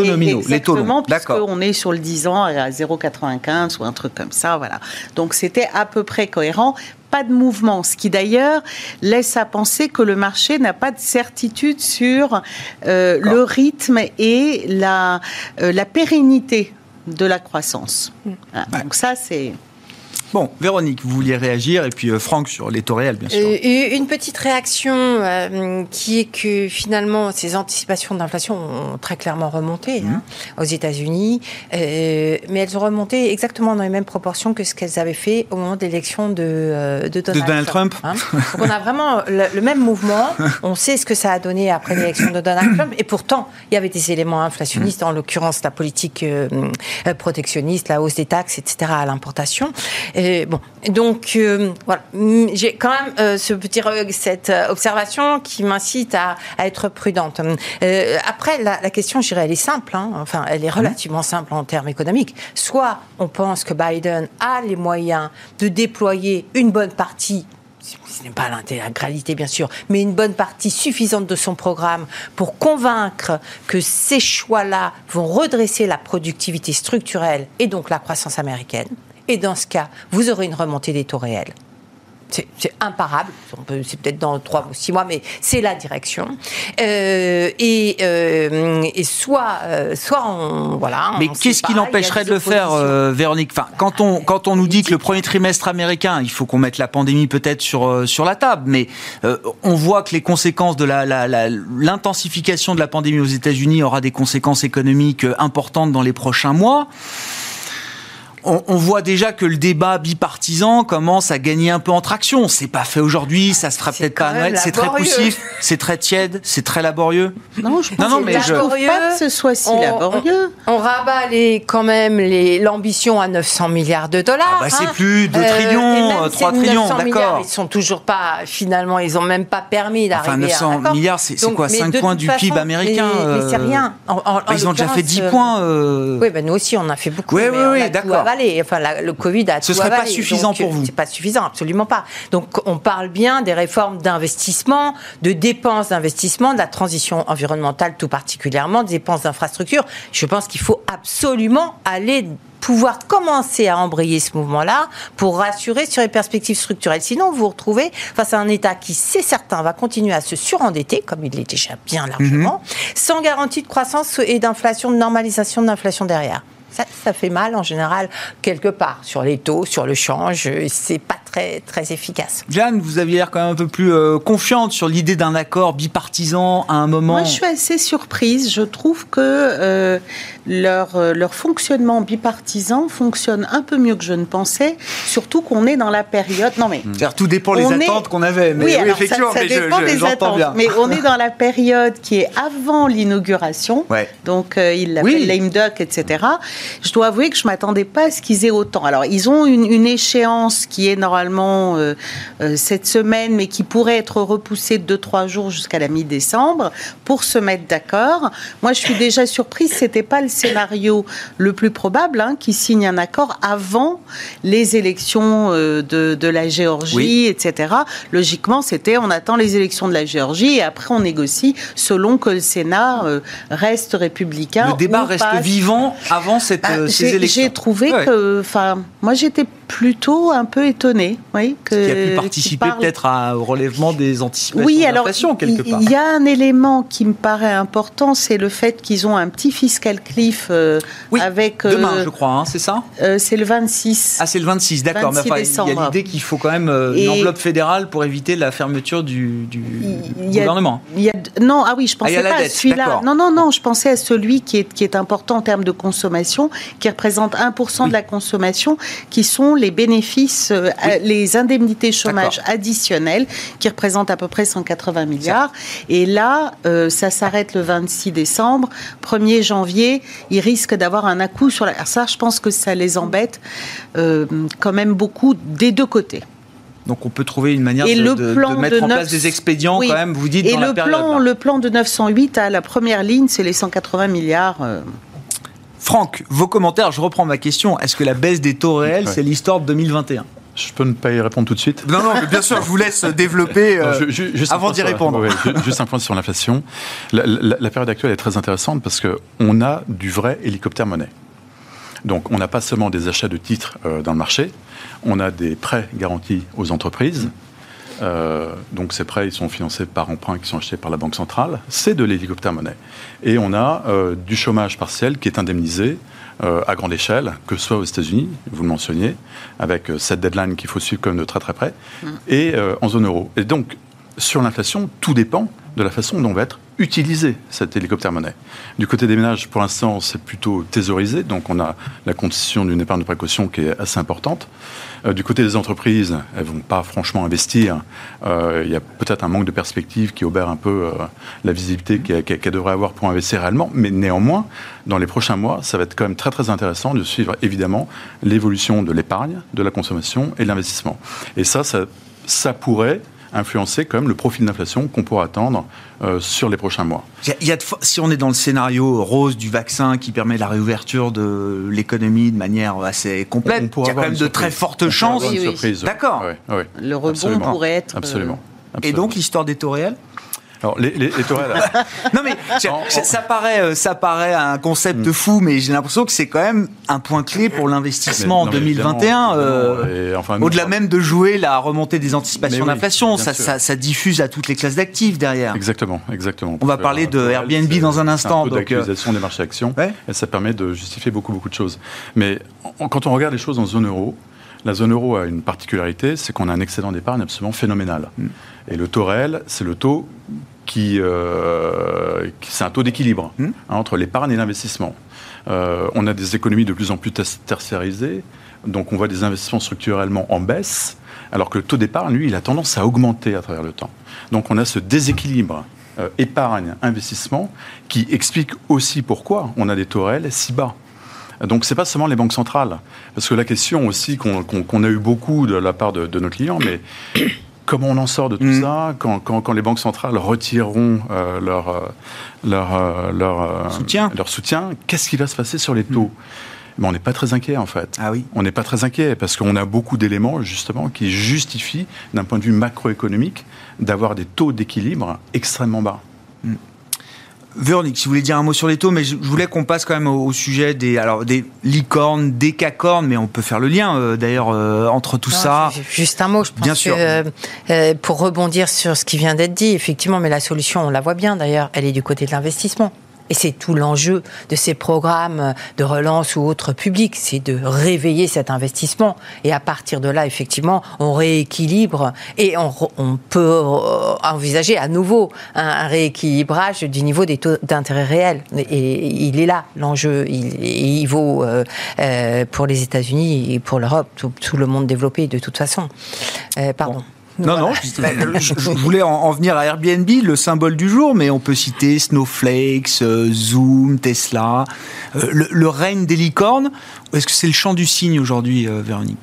les taux longs. D'accord. Puisqu'on est sur le dix ans à zéro virgule quatre-vingt-quinze ou un truc comme ça, voilà. Donc c'était à peu près cohérent. Pas de mouvement, ce qui d'ailleurs laisse à penser que le marché n'a pas de certitude sur euh, le rythme et la, euh, la pérennité de la croissance. Mmh. Voilà. Ouais. Donc ça, c'est... Bon, Véronique, vous vouliez réagir, et puis euh, Franck sur les taux réels, bien sûr. Euh, une petite réaction euh, qui est que finalement, ces anticipations d'inflation ont très clairement remonté mmh. hein, aux États-Unis, euh, mais elles ont remonté exactement dans les mêmes proportions que ce qu'elles avaient fait au moment de l'élection de, euh, de Donald, de Donald Trump. Trump hein. Donc on a vraiment le, le même mouvement. On sait ce que ça a donné après l'élection de Donald Trump, et pourtant, il y avait des éléments inflationnistes, mmh. en l'occurrence la politique euh, protectionniste, la hausse des taxes, et cetera à l'importation. Et bon, donc euh, voilà, j'ai quand même euh, ce petit, cette observation qui m'incite à, à être prudente. Euh, après, la, la question, je dirais, elle est simple, hein, enfin, elle est relativement simple en termes économiques. Soit on pense que Biden a les moyens de déployer une bonne partie, ce n'est pas l'intégralité bien sûr, mais une bonne partie suffisante de son programme pour convaincre que ces choix-là vont redresser la productivité structurelle et donc la croissance américaine. Et dans ce cas, vous aurez une remontée des taux réels. C'est, c'est imparable, on peut, c'est peut-être dans trois ou six mois, mais c'est la direction. Euh, et, euh, et soit, euh, soit on, voilà. Mais on qu'est-ce qui pas, l'empêcherait de le faire, euh, Véronique ? Enfin, quand on quand on nous dit que le premier trimestre américain, il faut qu'on mette la pandémie peut-être sur euh, sur la table, mais euh, on voit que les conséquences de la, la, la l'intensification de la pandémie aux États-Unis aura des conséquences économiques importantes dans les prochains mois. On, on voit déjà que le débat bipartisan commence à gagner un peu en traction. C'est pas fait aujourd'hui, ça se fera c'est peut-être pas à Noël. C'est très poussif, c'est très tiède, c'est très laborieux. Non, je pense non, non, mais je trouve pas que ce soit si on, laborieux. On, on rabat les, quand même les, l'ambition à neuf cents milliards de dollars. Ah bah c'est hein. plus deux trillions, euh, trois trillions, d'accord. Milliards, ils sont toujours pas, finalement, ils ont même pas permis d'arriver enfin, neuf cents à un accord. Milliards, c'est, c'est quoi, cinq points du façon, P I B américain? Mais, mais c'est rien. En, en, bah, ils ont déjà fait dix euh, points. Euh... Oui, ben nous aussi, on a fait beaucoup. Oui, mais oui, on oui, a d'accord. tout avalé. Enfin, la, le Covid a Ce tout serait avalé. pas suffisant donc, pour vous? C'est pas suffisant, absolument pas. Donc, on parle bien des réformes d'investissement, de dépenses d'investissement, de la transition environnementale tout particulièrement, des dépenses d'infrastructure. Je pense qu'il faut absolument aller pouvoir commencer à embrayer ce mouvement-là pour rassurer sur les perspectives structurelles. Sinon, vous vous retrouvez face à un État qui, c'est certain, va continuer à se surendetter, comme il l'est déjà bien largement, mmh. sans garantie de croissance et d'inflation, de normalisation de l'inflation derrière. Ça, ça fait mal en général quelque part sur les taux, sur le change. C'est pas très très efficace. Jeanne, vous aviez l'air quand même un peu plus euh, confiante sur l'idée d'un accord bipartisan à un moment. Moi, je suis assez surprise. Je trouve que euh, leur euh, leur fonctionnement bipartisan fonctionne un peu mieux que je ne pensais. Surtout qu'on est dans la période. Non mais. C'est-à-dire, tout dépend des attentes est... qu'on avait. Mais oui, oui alors, effectivement, ça, ça mais dépend je, je, des j'entends attentes. bien. Mais on est dans la période qui est avant l'inauguration. Ouais. Donc euh, ils l'appellent oui. lame duck, et cetera. Je dois avouer que je m'attendais pas à ce qu'ils aient autant. Alors, ils ont une, une échéance qui est normalement euh, euh, cette semaine, mais qui pourrait être repoussée de deux trois jours jusqu'à la mi-décembre pour se mettre d'accord. Moi, je suis déjà surprise. C'était pas le scénario le plus probable, hein, qui signe un accord avant les élections euh, de, de la Géorgie, oui. et cetera. Logiquement, c'était on attend les élections de la Géorgie et après on négocie selon que le Sénat euh, reste républicain. Le débat reste passe. vivant avant cette, bah, euh, ces j'ai, élections. J'ai trouvé ouais. que, enfin, moi j'étais plutôt un peu étonnée, oui, que qui a pu participer parle... peut-être à, au relèvement des anticipations oui, d'inflation alors, quelque part. Il y a un élément qui me paraît important, c'est le fait qu'ils ont un petit fiscal cliff euh, oui, avec demain, euh, je crois, hein, c'est ça euh, C'est le vingt-six. Ah, c'est le vingt-six, d'accord. vingt-six mais enfin, il y a l'idée qu'il faut quand même euh, une enveloppe fédérale pour éviter la fermeture du, du il y a, gouvernement. Il y a, non, ah oui, je pensais ah, pas dette, à celui-là. D'accord. Non, non, non, je pensais à celui qui est qui est important en termes de consommation, qui représente un pour cent oui. de la consommation, qui sont les bénéfices. Euh, oui. Les indemnités chômage D'accord. additionnelles qui représentent à peu près cent quatre-vingts milliards. Ça. Et là, euh, ça s'arrête le vingt-six décembre. premier janvier, ils risquent d'avoir un à-coup sur la... Alors ça, je pense que ça les embête euh, quand même beaucoup des deux côtés. Donc on peut trouver une manière et de, le de, plan de mettre de en neuf... place des expédients oui. quand même, vous dites, et dans le la période. Plan, le plan de neuf cent huit, à la première ligne, c'est les cent quatre-vingts milliards... Euh... Franck, vos commentaires, je reprends ma question. Est-ce que la baisse des taux réels, ouais. c'est l'histoire de deux mille vingt et un ? Je peux ne pas y répondre tout de suite? Non, non, mais bien sûr, je vous laisse développer euh, non, je, je, avant d'y répondre. Ouais, ouais, juste un point sur l'inflation. La, la, la période actuelle est très intéressante parce qu'on a du vrai hélicoptère-monnaie. Donc, on n'a pas seulement des achats de titres euh, dans le marché, on a des prêts garantis aux entreprises. Euh, donc, ces prêts, ils sont financés par emprunts qui sont achetés par la Banque centrale. C'est de l'hélicoptère-monnaie. Et on a euh, du chômage partiel qui est indemnisé Euh, à grande échelle, que ce soit aux États-Unis, vous le mentionniez, avec euh, cette deadline qu'il faut suivre comme de très très près, mmh. et euh, en zone euro. Et donc, sur l'inflation, tout dépend de la façon dont va être utilisée cette hélicoptère-monnaie. Du côté des ménages, pour l'instant, c'est plutôt thésaurisé, donc on a la condition d'une épargne de précaution qui est assez importante. Euh, du côté des entreprises, elles ne vont pas franchement investir. Euh, il y a peut-être un manque de perspective qui obère un peu euh, la visibilité qu'elles, qu'elles devraient avoir pour investir réellement, mais néanmoins, dans les prochains mois, ça va être quand même très très intéressant de suivre évidemment l'évolution de l'épargne, de la consommation et de l'investissement. Et ça, ça, ça pourrait influencer quand même le profil d'inflation qu'on pourra attendre euh, sur les prochains mois. Il y a, il y a de, si on est dans le scénario rose du vaccin qui permet la réouverture de l'économie de manière assez complète, il y a quand même de très fortes chances. Oui, oui. Surprise. D'accord. Ouais, ouais. Le rebond Absolument. pourrait être... Absolument. Euh... Absolument. Et donc l'histoire des taux réels ? Alors, les, les, les taux réels... non, mais ça, ça, paraît, ça paraît un concept mm. fou, mais j'ai l'impression que c'est quand même un point clé pour l'investissement mais, en deux mille vingt et un. Euh, enfin, au-delà nous, même de jouer la remontée des anticipations oui, d'inflation, ça, ça, ça diffuse à toutes les classes d'actifs derrière. Exactement, exactement. On va parler de réel, Airbnb dans un instant. Un peu d'actualisation des marchés actions, ouais. Et ça permet de justifier beaucoup, beaucoup de choses. Mais en, quand on regarde les choses en zone euro, la zone euro a une particularité, c'est qu'on a un excédent d'épargne absolument phénoménal. Mm. Et le taux réel, c'est le taux qui, euh, qui c'est un taux d'équilibre mm. hein, entre l'épargne et l'investissement. Euh, on a des économies de plus en plus tertiarisées, donc on voit des investissements structurellement en baisse, alors que le taux d'épargne, lui, il a tendance à augmenter à travers le temps. Donc on a ce déséquilibre euh, épargne-investissement qui explique aussi pourquoi on a des taux réels si bas. Donc, ce n'est pas seulement les banques centrales. Parce que la question aussi qu'on, qu'on, qu'on a eu beaucoup de la part de, de nos clients, mais comment on en sort de tout mmh. ça quand, quand, quand les banques centrales retireront euh, leur, leur, leur, soutien. leur soutien, qu'est-ce qui va se passer sur les taux ? mmh. Mais on n'est pas très inquiet, en fait. Ah oui. On n'est pas très inquiet parce qu'on a beaucoup d'éléments, justement, qui justifient, d'un point de vue macroéconomique, d'avoir des taux d'équilibre extrêmement bas. mmh. Véronique, si vous voulez dire un mot sur les taux, mais je voulais qu'on passe quand même au, au sujet des, alors, des licornes, des cacornes, mais on peut faire le lien euh, d'ailleurs euh, entre tout non, ça. Juste un mot, je pense bien sûr. que euh, pour rebondir sur ce qui vient d'être dit, effectivement, mais la solution, on la voit bien d'ailleurs, elle est du côté de l'investissement. Et c'est tout l'enjeu de ces programmes de relance ou autres publics, c'est de réveiller cet investissement. Et à partir de là, effectivement, on rééquilibre et on, on peut envisager à nouveau un, un rééquilibrage du niveau des taux d'intérêt réels. Et il est là, l'enjeu. Il, il vaut euh, euh, pour les États-Unis et pour l'Europe, tout, tout le monde développé de toute façon. Euh, pardon. Bon. Non, voilà. non, je, je, je voulais en, en venir à Airbnb, le symbole du jour, mais on peut citer Snowflake, euh, Zoom, Tesla, euh, le, le règne des licornes. Est-ce que c'est le chant du cygne aujourd'hui, euh, Véronique ?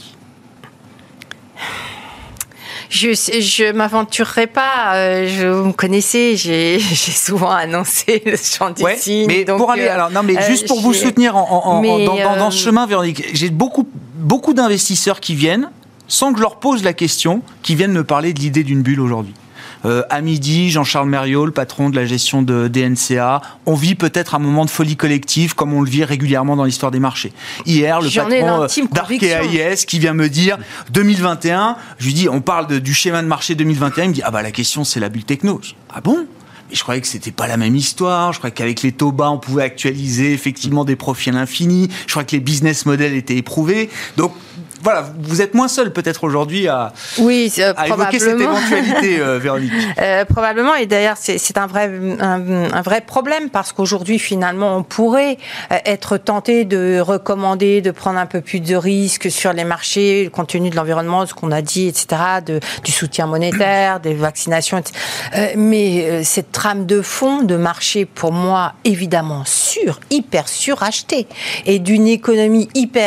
Je ne m'aventurerai pas, euh, je, vous me connaissez, j'ai, j'ai souvent annoncé le chant du ouais, cygne. Mais donc, pour aller, alors, non, mais euh, juste pour vous soutenir en, en, mais, en, dans, dans, dans ce chemin, Véronique, j'ai beaucoup, beaucoup d'investisseurs qui viennent, sans que je leur pose la question, qui viennent me parler de l'idée d'une bulle aujourd'hui. Euh, à midi, Jean-Charles Merriot, le patron de la gestion de D N C A, on vit peut-être un moment de folie collective comme on le vit régulièrement dans l'histoire des marchés. Hier, le J'en patron d'Arkea I S qui vient me dire deux mille vingt et un, je lui dis, on parle de, du schéma de marché deux mille vingt et un, il me dit, ah bah la question c'est la bulle techno. Je dis, ah bon ? Mais je croyais que c'était pas la même histoire. Je croyais qu'avec les taux bas, on pouvait actualiser effectivement des profits à l'infini. Je croyais que les business models étaient éprouvés. Donc, voilà, vous êtes moins seul peut-être aujourd'hui à, oui, euh, à évoquer cette éventualité, euh, Véronique. Euh, probablement, et d'ailleurs c'est, c'est un, vrai, un, un vrai problème parce qu'aujourd'hui finalement on pourrait être tenté de recommander, de prendre un peu plus de risques sur les marchés compte tenu de l'environnement, ce qu'on a dit, et cetera, de, du soutien monétaire, des vaccinations, et cetera. Euh, mais euh, cette trame de fond de marché pour moi évidemment sur, hyper surachetée et d'une économie hyper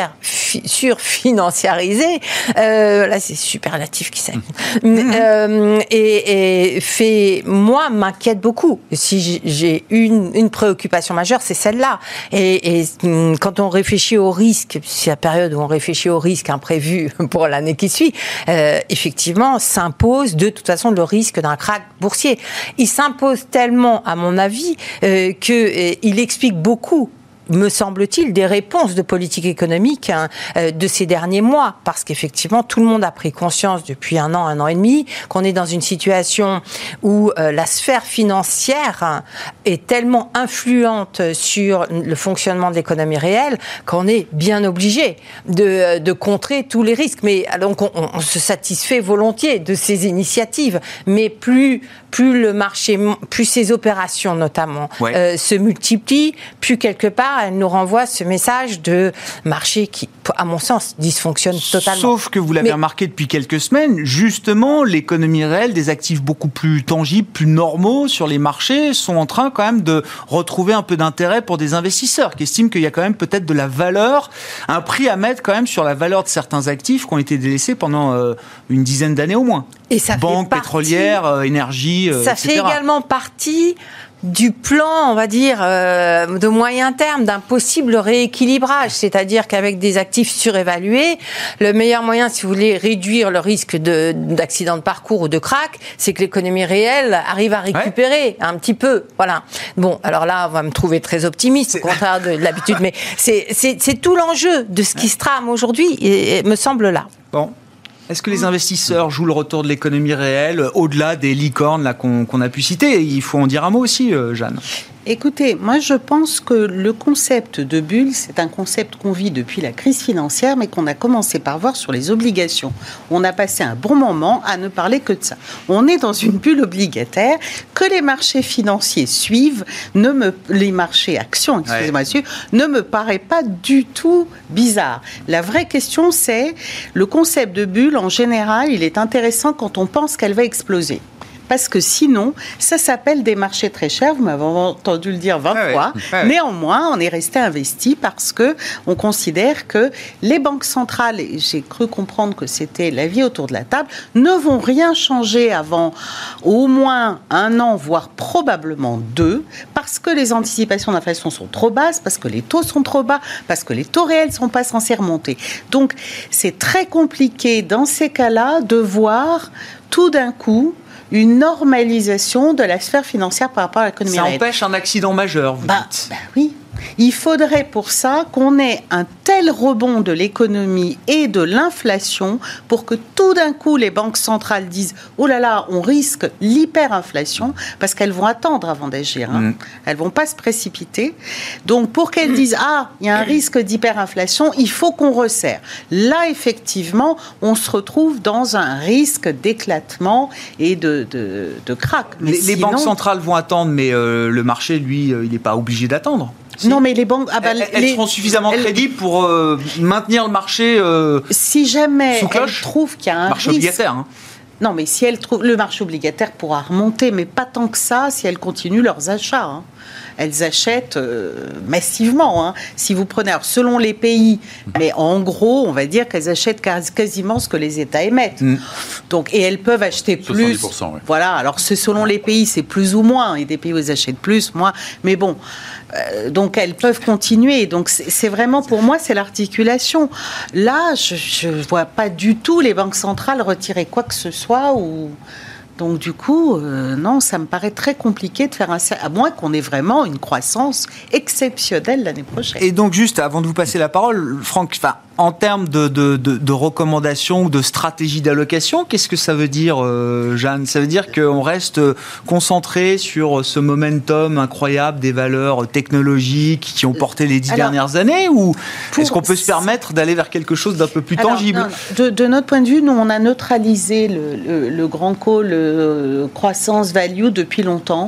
fi- surfinanciarisé, euh, là c'est superlatif qui s'appelle, mmh. euh, et, et fait, moi, m'inquiète beaucoup. Si j'ai une, une préoccupation majeure, c'est celle-là. Et, et quand on réfléchit au risque, c'est la période où on réfléchit au risque imprévu pour l'année qui suit, euh, effectivement, s'impose de toute façon le risque d'un krach boursier. Il s'impose tellement, à mon avis, euh, qu'il explique beaucoup, me semble-t-il, des réponses de politique économique hein, euh, de ces derniers mois. Parce qu'effectivement, tout le monde a pris conscience depuis un an, un an et demi, qu'on est dans une situation où euh, la sphère financière hein, est tellement influente sur le fonctionnement de l'économie réelle qu'on est bien obligé de, de contrer tous les risques. Mais donc, on, on se satisfait volontiers de ces initiatives. Mais plus, plus le marché, plus ces opérations notamment ouais. euh, se multiplient, plus quelque part, elle nous renvoie ce message de marché qui, à mon sens, dysfonctionne totalement. Sauf que vous l'avez Mais... remarqué depuis quelques semaines, justement, l'économie réelle, des actifs beaucoup plus tangibles, plus normaux sur les marchés, sont en train quand même de retrouver un peu d'intérêt pour des investisseurs qui estiment qu'il y a quand même peut-être de la valeur, un prix à mettre quand même sur la valeur de certains actifs qui ont été délaissés pendant euh, une dizaine d'années au moins. Et ça Banque, fait partie, pétrolière, euh, énergie, euh, ça et cetera. Fait également partie du plan, on va dire, euh, de moyen terme, d'un possible rééquilibrage. C'est-à-dire qu'avec des actifs surévalués, le meilleur moyen, si vous voulez, réduire le risque de, d'accident de parcours ou de krach, c'est que l'économie réelle arrive à récupérer ouais. un petit peu. Voilà. Bon, alors là, on va me trouver très optimiste, c'est... au contraire de, de l'habitude, mais c'est, c'est, c'est tout l'enjeu de ce qui se trame aujourd'hui, et, et me semble là. Bon. Est-ce que les investisseurs jouent le retour de l'économie réelle au-delà des licornes là, qu'on, qu'on a pu citer ? Il faut en dire un mot aussi, euh, Jeanne. Écoutez, moi je pense que le concept de bulle, c'est un concept qu'on vit depuis la crise financière, mais qu'on a commencé par voir sur les obligations. On a passé un bon moment à ne parler que de ça. On est dans une bulle obligataire que les marchés financiers suivent, ne me, les marchés actions, excusez-moi, ouais. suivent, ne me paraît pas du tout bizarre. La vraie question, c'est le concept de bulle, en général, il est intéressant quand on pense qu'elle va exploser. Parce que sinon, ça s'appelle des marchés très chers. Vous m'avez entendu le dire vingt ah fois. Ouais, ah ouais. Néanmoins, on est resté investi parce que on considère que les banques centrales, et j'ai cru comprendre que c'était l'avis autour de la table, ne vont rien changer avant au moins un an, voire probablement deux, parce que les anticipations d'inflation sont trop basses, parce que les taux sont trop bas, parce que les taux réels ne sont pas censés remonter. Donc, c'est très compliqué dans ces cas-là de voir tout d'un coup une normalisation de la sphère financière par rapport à l'économie réelle. Ça empêche un accident majeur, vous bah, dites. Bah oui. Il faudrait pour ça qu'on ait un tel rebond de l'économie et de l'inflation pour que tout d'un coup les banques centrales disent « Oh là là, on risque l'hyperinflation » parce qu'elles vont attendre avant d'agir. Hein. Mmh. Elles ne vont pas se précipiter. Donc pour qu'elles disent « Ah, il y a un risque d'hyperinflation, il faut qu'on resserre ». Là, effectivement, on se retrouve dans un risque d'éclatement et de, de, de krach. Mais les, sinon, les banques centrales vont attendre, mais euh, le marché, lui, euh, il n'est pas obligé d'attendre. Si. Non, mais les banques... Ah bah, elles, elles les, seront suffisamment elles, crédibles pour euh, maintenir le marché euh, si jamais sous cloche. Elles trouvent qu'il y a un marché risque... obligataire. Hein. Non, mais si elles trouvent... Le marché obligataire pourra remonter, mais pas tant que ça si elles continuent leurs achats. Hein. Elles achètent euh, massivement. Hein. Si vous prenez, alors, selon les pays, mais en gros, on va dire qu'elles achètent quasiment ce que les États émettent. Mm. Donc, et elles peuvent acheter plus. soixante-dix pour cent, oui. Voilà. Alors, c'est selon les pays, c'est plus ou moins. Il y a des pays où elles achètent plus, moins. Mais bon, euh, donc elles peuvent continuer. Donc, c'est, c'est vraiment, pour moi, c'est l'articulation. Là, je ne vois pas du tout les banques centrales retirer quoi que ce soit ou... Donc du coup, euh, non, ça me paraît très compliqué de faire un... à moins qu'on ait vraiment une croissance exceptionnelle l'année prochaine. Et donc juste, avant de vous passer la parole, Franck, enfin, en termes de, de, de, de recommandations ou de stratégie d'allocation, qu'est-ce que ça veut dire, euh, Jeanne ? Ça veut dire qu'on reste concentré sur ce momentum incroyable des valeurs technologiques qui ont porté les dix Alors, dernières années, ou pour... est-ce qu'on peut se permettre d'aller vers quelque chose d'un peu plus Alors, tangible ? non, de, de notre point de vue, nous, on a neutralisé le, le, le grand call croissance value depuis longtemps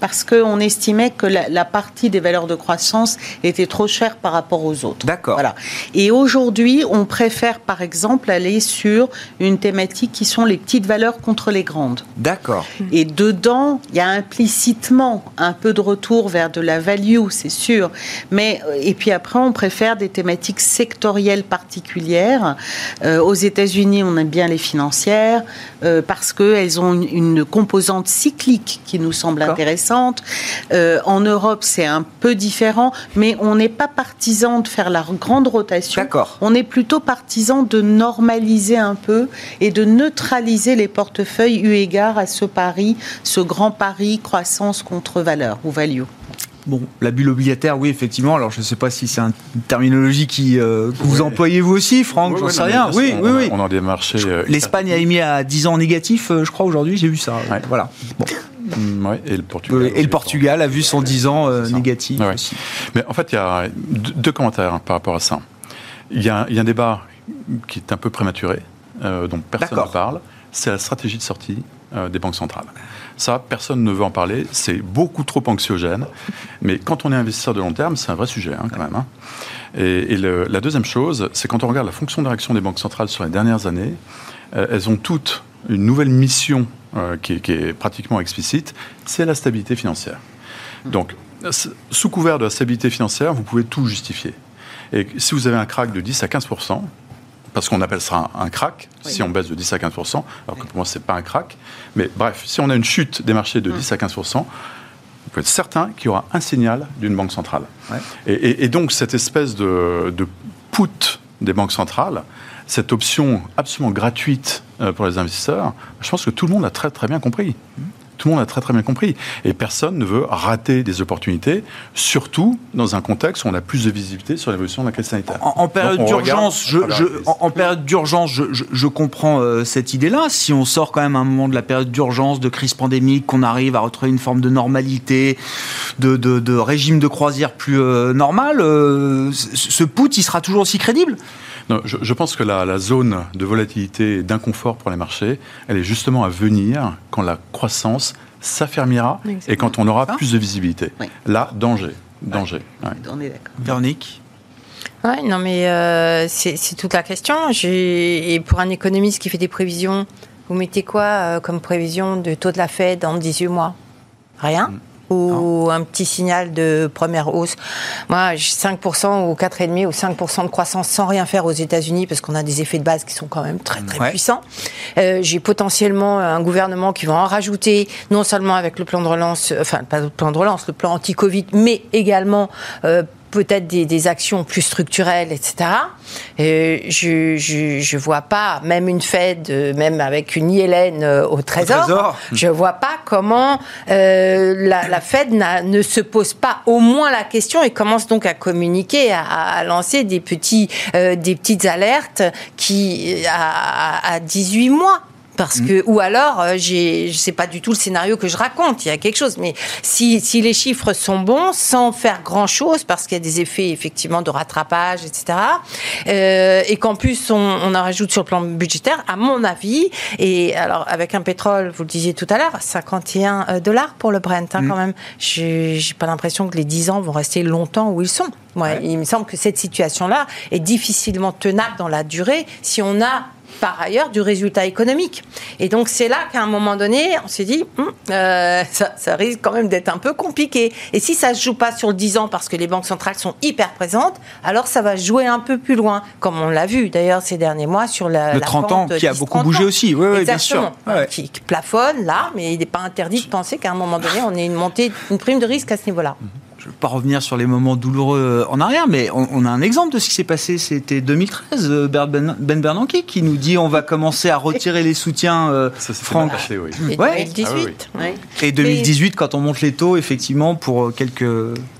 parce qu'on estimait que la, la partie des valeurs de croissance était trop chère par rapport aux autres. D'accord. Voilà. Et aujourd'hui, on préfère par exemple aller sur une thématique qui sont les petites valeurs contre les grandes. D'accord. Et dedans, il y a implicitement un peu de retour vers de la value, c'est sûr. Mais, et puis après, on préfère des thématiques sectorielles particulières. Euh, aux États-Unis, on aime bien les financières euh, parce qu'elles ont une, une composante cyclique qui nous semble D'accord. intéressante. Euh, en Europe, c'est un peu différent, mais on n'est pas partisan de faire la grande rotation. D'accord. On est plutôt partisan de normaliser un peu et de neutraliser les portefeuilles eu égard à ce pari, ce grand pari croissance contre valeur ou value. Bon, la bulle obligataire, oui, effectivement. Alors, je ne sais pas si c'est une terminologie qui, euh, que vous oui. employez vous aussi, Franck, oui, j'en oui, sais rien. Oui, on, oui, oui. On a des marchés. Euh, L'Espagne a émis à dix ans en négatif, euh, je crois, aujourd'hui, j'ai vu ça. Ouais. Voilà. Bon. Mmh, ouais, et le Portugal. Oui, et le Portugal a vu son dix ans euh, négatif ouais. aussi. Mais en fait, il y a deux commentaires hein, par rapport à ça. Il y a, il y a un débat qui est un peu prématuré, euh, dont personne D'accord. ne parle. C'est la stratégie de sortie euh, des banques centrales. Ça, personne ne veut en parler. C'est beaucoup trop anxiogène. Mais quand on est investisseur de long terme, c'est un vrai sujet, hein, quand même. Hein. Et, et le, la deuxième chose, c'est quand on regarde la fonction de réaction des banques centrales sur les dernières années, euh, elles ont toutes une nouvelle mission euh, qui, est, qui est pratiquement explicite, c'est la stabilité financière. Donc, sous couvert de la stabilité financière, vous pouvez tout justifier. Et si vous avez un crack de dix à quinze pour cent, parce qu'on appelle ça un, un crack, oui. si on baisse de dix à quinze pour cent, alors que pour moi, ce n'est pas un crack. Mais bref, si on a une chute des marchés de dix à quinze pour cent, vous pouvez être certain qu'il y aura un signal d'une banque centrale. Ouais. Et, et, et donc, cette espèce de, de put des banques centrales, cette option absolument gratuite pour les investisseurs, je pense que tout le monde l'a très, très bien compris. Tout le monde a très très bien compris. Et personne ne veut rater des opportunités, surtout dans un contexte où on a plus de visibilité sur l'évolution de la crise sanitaire. En, en période Donc, d'urgence, je, je, en, en période d'urgence, je, je, je comprends euh, cette idée-là. Si on sort quand même à un moment de la période d'urgence, de crise pandémique, qu'on arrive à retrouver une forme de normalité, de, de, de régime de croisière plus euh, normal, euh, ce put, il sera toujours aussi crédible ? Non, je, je pense que la, la zone de volatilité et d'inconfort pour les marchés, elle est justement à venir quand la croissance s'affermira Exactement. Et quand on aura plus de visibilité. Oui. Là, danger. danger. Ouais. Ouais. On est d'accord. Véronique ? Oui, non, mais euh, c'est, c'est toute la question. J'ai, et pour un économiste qui fait des prévisions, vous mettez quoi euh, comme prévision de taux de la Fed dans dix-huit mois ? Rien. Mmh. Ou non. Un petit signal de première hausse. Moi, j'ai cinq pour cent ou quatre virgule cinq pour cent ou cinq pour cent de croissance sans rien faire aux États-Unis parce qu'on a des effets de base qui sont quand même très très ouais. puissants. Euh, j'ai potentiellement un gouvernement qui va en rajouter, non seulement avec le plan de relance, enfin pas le plan de relance, le plan anti-Covid, mais également euh, peut-être des, des actions plus structurelles, et cetera. Euh, je, je, je vois pas, même une Fed, même avec une I L N euh, au Trésor, au Trésor. Je vois pas comment euh, la, la Fed n'a, ne se pose pas au moins la question et commence donc à communiquer, à, à lancer des petits, euh, des petites alertes qui à, à dix-huit mois. Parce que, ou alors, euh, j'ai, c'est pas du tout le scénario que je raconte, il y a quelque chose. Mais si, si les chiffres sont bons, sans faire grand-chose, parce qu'il y a des effets, effectivement, de rattrapage, et cetera, euh, et qu'en plus, on, on en rajoute sur le plan budgétaire, à mon avis, et alors, avec un pétrole, vous le disiez tout à l'heure, cinquante et un dollars pour le Brent, hein, mmh. quand même, j'ai, j'ai pas l'impression que les dix ans vont rester longtemps où ils sont. Ouais, ouais. Il me semble que cette situation-là est difficilement tenable dans la durée si on a par ailleurs du résultat économique. Et donc c'est là qu'à un moment donné, on s'est dit, hum, euh, ça, ça risque quand même d'être un peu compliqué. Et si ça ne se joue pas sur le dix ans parce que les banques centrales sont hyper présentes, alors ça va jouer un peu plus loin, comme on l'a vu d'ailleurs ces derniers mois sur la, le la trente ans qui a beaucoup bougé ans. Aussi. Oui, oui, bien sûr. Ouais. Qui, qui plafonne là, mais il n'est pas interdit de penser qu'à un moment donné, on ait une montée, une prime de risque à ce niveau-là. Je ne veux pas revenir sur les moments douloureux en arrière, mais on, on a un exemple de ce qui s'est passé. C'était deux mille treize, Ben, ben Bernanke qui nous dit on va commencer à retirer les soutiens. Euh, Ça, Franck. Passé, oui. Et ouais. deux mille dix-huit. Ah, oui, oui. Oui. Et deux mille dix-huit, quand on monte les taux, effectivement, pour quelques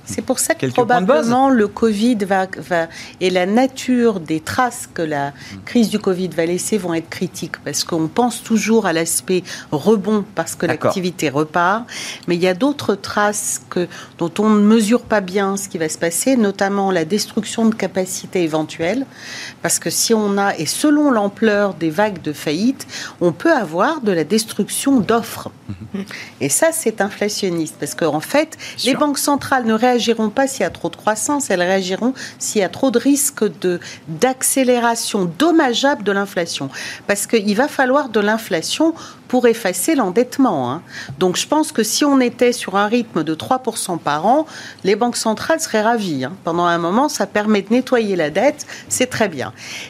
C'est pour ça que Quelques probablement le Covid va, va et la nature des traces que la crise du Covid va laisser vont être critiques, parce qu'on pense toujours à l'aspect rebond parce que D'accord. l'activité repart, mais il y a d'autres traces que, dont on ne mesure pas bien ce qui va se passer, notamment la destruction de capacités éventuelles, parce que si on a, et selon l'ampleur des vagues de faillite, on peut avoir de la destruction d'offres. Mmh. Et ça, c'est inflationniste, parce qu'en fait, Bien les sûr. banques centrales ne réagiront pas s'il y a trop de croissance, elles réagiront s'il y a trop de risques de, d'accélération dommageable de l'inflation. Parce qu'il va falloir de l'inflation pour effacer l'endettement. Hein. Donc je pense que si on était sur un rythme de trois pour cent par an, les banques centrales seraient ravies. Hein. Pendant un moment, ça permet de nettoyer la dette, c'est très bien.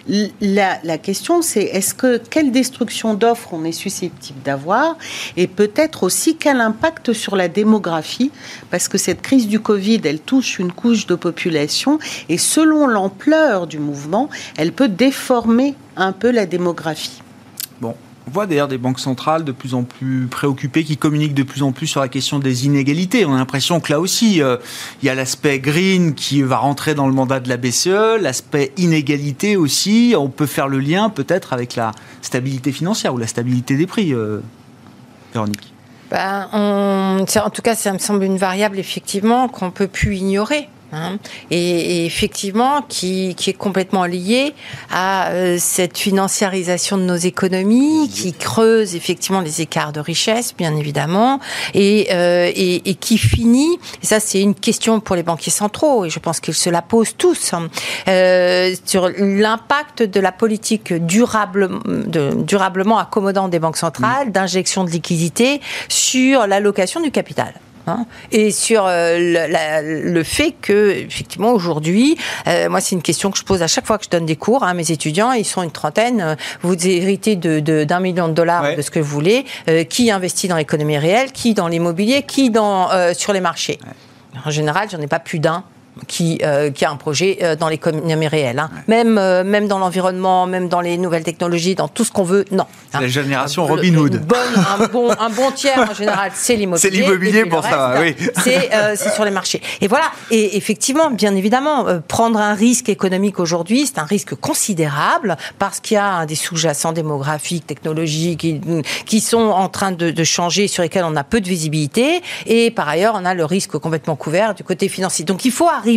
La, la question, c'est est-ce que quelle destruction d'offres on est susceptible d'avoir, et peut-être aussi quel impact sur la démographie, parce que cette crise du Covid, elle touche une couche de population, et selon l'ampleur du mouvement, elle peut déformer un peu la démographie. Bon. On voit d'ailleurs des banques centrales de plus en plus préoccupées, qui communiquent de plus en plus sur la question des inégalités. On a l'impression que là aussi, euh, il y a l'aspect green qui va rentrer dans le mandat de la B C E, l'aspect inégalité aussi. On peut faire le lien peut-être avec la stabilité financière ou la stabilité des prix, euh, Véronique. Ben, on, en tout cas, ça me semble une variable effectivement qu'on ne peut plus ignorer. Hein, et, et effectivement qui, qui est complètement liée à euh, cette financiarisation de nos économies, qui creuse effectivement les écarts de richesse, bien évidemment, et, euh, et, et qui finit, et ça c'est une question pour les banquiers centraux, et je pense qu'ils se la posent tous, hein, euh, sur l'impact de la politique durable, de, durablement accommodante des banques centrales, mmh. d'injection de liquidités sur l'allocation du capital. Hein, et sur euh, le, la, le fait que, effectivement, aujourd'hui, euh, moi, c'est une question que je pose à chaque fois que je donne des cours à hein, mes étudiants. Ils sont une trentaine. Euh, vous héritez de, de, d'un million de dollars ouais. de ce que vous voulez. Euh, qui investit dans l'économie réelle, qui dans l'immobilier, qui dans, euh, sur les marchés. Ouais. En général, j'en ai pas plus d'un qui, euh, qui a un projet euh, dans l'économie réelle. Hein. Ouais. Même, euh, même dans l'environnement, même dans les nouvelles technologies, dans tout ce qu'on veut, non. C'est hein. la génération Robin Hood. Bonne, un, bon, un bon tiers, en général, c'est l'immobilier. C'est l'immobilier pour ça, reste, oui. C'est, euh, c'est sur les marchés. Et voilà. Et effectivement, bien évidemment, euh, prendre un risque économique aujourd'hui, c'est un risque considérable parce qu'il y a des sous-jacents démographiques, technologiques qui, qui sont en train de, de changer, sur lesquels on a peu de visibilité. Et par ailleurs, on a le risque complètement couvert du côté financier. Donc, il faut arriver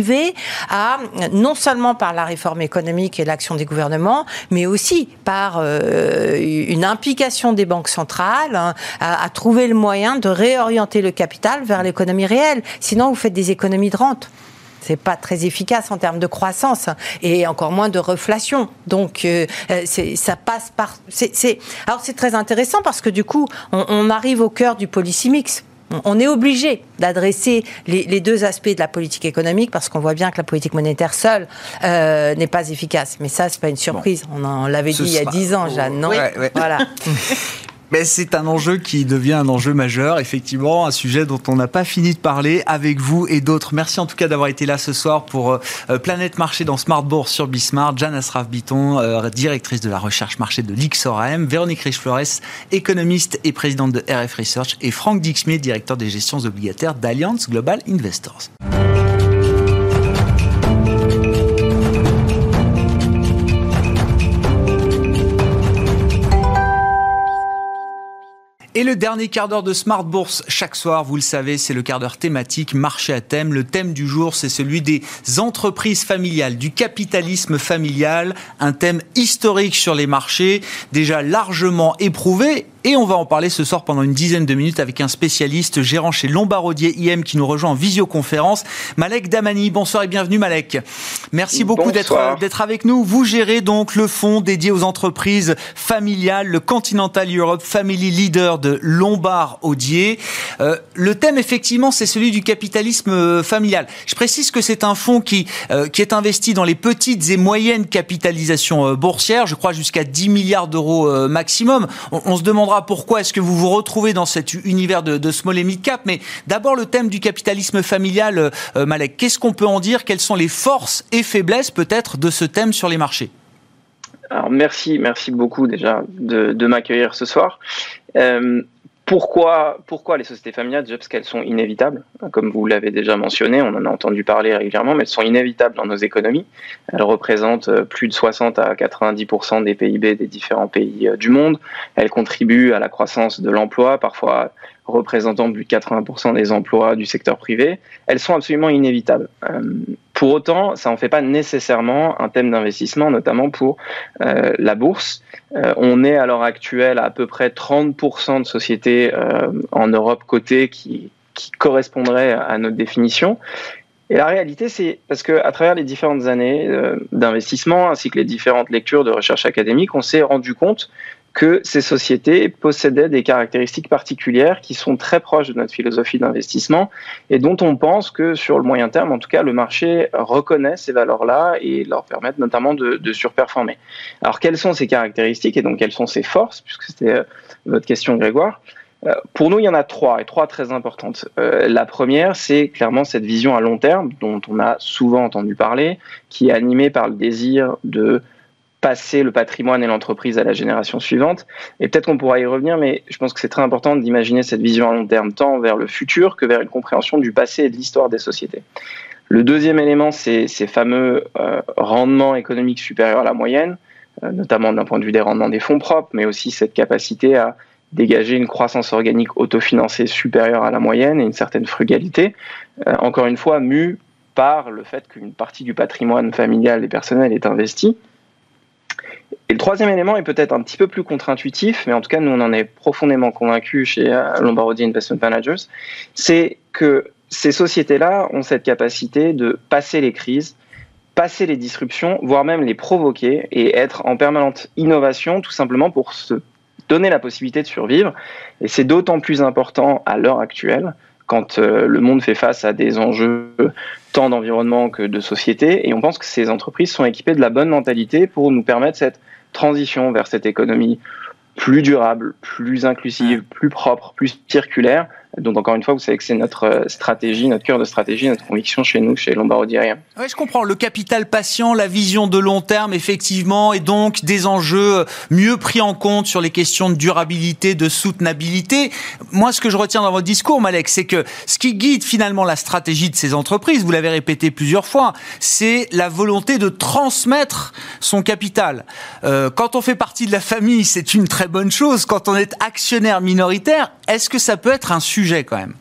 à, non seulement par la réforme économique et l'action des gouvernements, mais aussi par euh, une implication des banques centrales hein, à, à trouver le moyen de réorienter le capital vers l'économie réelle. Sinon, vous faites des économies de rente. C'est pas très efficace en termes de croissance et encore moins de reflation. Donc, euh, c'est, ça passe par... C'est, c'est... Alors, c'est très intéressant parce que du coup, on, on arrive au cœur du policy mix. On est obligé d'adresser les, les deux aspects de la politique économique parce qu'on voit bien que la politique monétaire seule euh, n'est pas efficace. Mais ça, c'est pas une surprise. Bon. On, en, on l'avait Ce dit sera... il y a dix ans, Jeanne, non ? Ouais, ouais. Voilà. Mais c'est un enjeu qui devient un enjeu majeur, effectivement, un sujet dont on n'a pas fini de parler avec vous et d'autres. Merci en tout cas d'avoir été là ce soir pour euh, Planète Marché dans Smart Bourse sur Bismart. Jeanne Asraf-Biton, euh, directrice de la recherche marché de l'I X O R A M, Véronique Riche-Flores, économiste et présidente de R F Research, et Franck Dixmier, directeur des gestions obligataires d'Allianz Global Investors. Et le dernier quart d'heure de Smart Bourse chaque soir, vous le savez, c'est le quart d'heure thématique, marché à thème. Le thème du jour, c'est celui des entreprises familiales, du capitalisme familial, un thème historique sur les marchés, déjà largement éprouvé. Et on va en parler ce soir pendant une dizaine de minutes avec un spécialiste gérant chez Lombard Odier I M qui nous rejoint en visioconférence, Malek Damani. Bonsoir et bienvenue Malek. Merci beaucoup d'être, d'être avec nous. Vous gérez donc le fonds dédié aux entreprises familiales, le Continental Europe Family Leader de Lombard Odier. Euh, le thème effectivement c'est celui du capitalisme familial. Je précise que c'est un fonds qui, euh, qui est investi dans les petites et moyennes capitalisations euh, boursières, je crois jusqu'à dix milliards d'euros euh, maximum. On, on se demande pourquoi est-ce que vous vous retrouvez dans cet univers de, de small et mid cap, mais d'abord le thème du capitalisme familial, euh, Malek, qu'est-ce qu'on peut en dire? Quelles sont les forces et faiblesses peut-être de ce thème sur les marchés? Alors merci, merci beaucoup déjà de, de m'accueillir ce soir. Euh, Pourquoi, pourquoi les sociétés familiales? Déjà parce qu'elles sont inévitables. Comme vous l'avez déjà mentionné, on en a entendu parler régulièrement, mais elles sont inévitables dans nos économies. Elles représentent plus de soixante à quatre-vingt-dix pour cent des P I B des différents pays du monde. Elles contribuent à la croissance de l'emploi, parfois représentant plus de quatre-vingts pour cent des emplois du secteur privé. Elles sont absolument inévitables. Euh, pour autant, ça n'en fait pas nécessairement un thème d'investissement, notamment pour euh, la bourse. Euh, on est à l'heure actuelle à à peu près trente pour cent de sociétés euh, en Europe cotées qui, qui correspondraient à notre définition. Et la réalité, c'est parce qu'à travers les différentes années euh, d'investissement ainsi que les différentes lectures de recherche académique, on s'est rendu compte que ces sociétés possédaient des caractéristiques particulières qui sont très proches de notre philosophie d'investissement et dont on pense que sur le moyen terme, en tout cas, le marché reconnaît ces valeurs-là et leur permettent notamment de, de surperformer. Alors, quelles sont ces caractéristiques et donc quelles sont ces forces, puisque c'était euh, votre question, Grégoire? Euh, pour nous, il y en a trois, et trois très importantes. Euh, la première, c'est clairement cette vision à long terme, dont on a souvent entendu parler, qui est animée par le désir de passer le patrimoine et l'entreprise à la génération suivante. Et peut-être qu'on pourra y revenir, mais je pense que c'est très important d'imaginer cette vision à long terme, tant vers le futur que vers une compréhension du passé et de l'histoire des sociétés. Le deuxième élément, c'est ces fameux euh, rendements économiques supérieurs à la moyenne, euh, notamment d'un point de vue des rendements des fonds propres, mais aussi cette capacité à dégager une croissance organique autofinancée supérieure à la moyenne et une certaine frugalité, euh, encore une fois, mue par le fait qu'une partie du patrimoine familial et personnel est investie. Et le troisième élément est peut-être un petit peu plus contre-intuitif, mais en tout cas, nous, on en est profondément convaincus chez Lombardi Investment Managers, c'est que ces sociétés-là ont cette capacité de passer les crises, passer les disruptions, voire même les provoquer et être en permanente innovation, tout simplement pour se donner la possibilité de survivre. Et c'est d'autant plus important à l'heure actuelle, quand euh, le monde fait face à des enjeux tant d'environnement que de société. Et on pense que ces entreprises sont équipées de la bonne mentalité pour nous permettre cette transition vers cette économie plus durable, plus inclusive, plus propre, plus circulaire. Donc encore une fois, vous savez que c'est notre stratégie, notre cœur de stratégie, notre conviction chez nous, chez Lombardi I M. Oui, je comprends. Le capital patient, la vision de long terme, effectivement, et donc des enjeux mieux pris en compte sur les questions de durabilité, de soutenabilité. Moi, ce que je retiens dans votre discours, Malek, c'est que ce qui guide finalement la stratégie de ces entreprises, vous l'avez répété plusieurs fois, c'est la volonté de transmettre son capital. Euh, quand on fait partie de la famille, c'est une très bonne chose. Quand on est actionnaire minoritaire, est-ce que ça peut être un sujet quand même?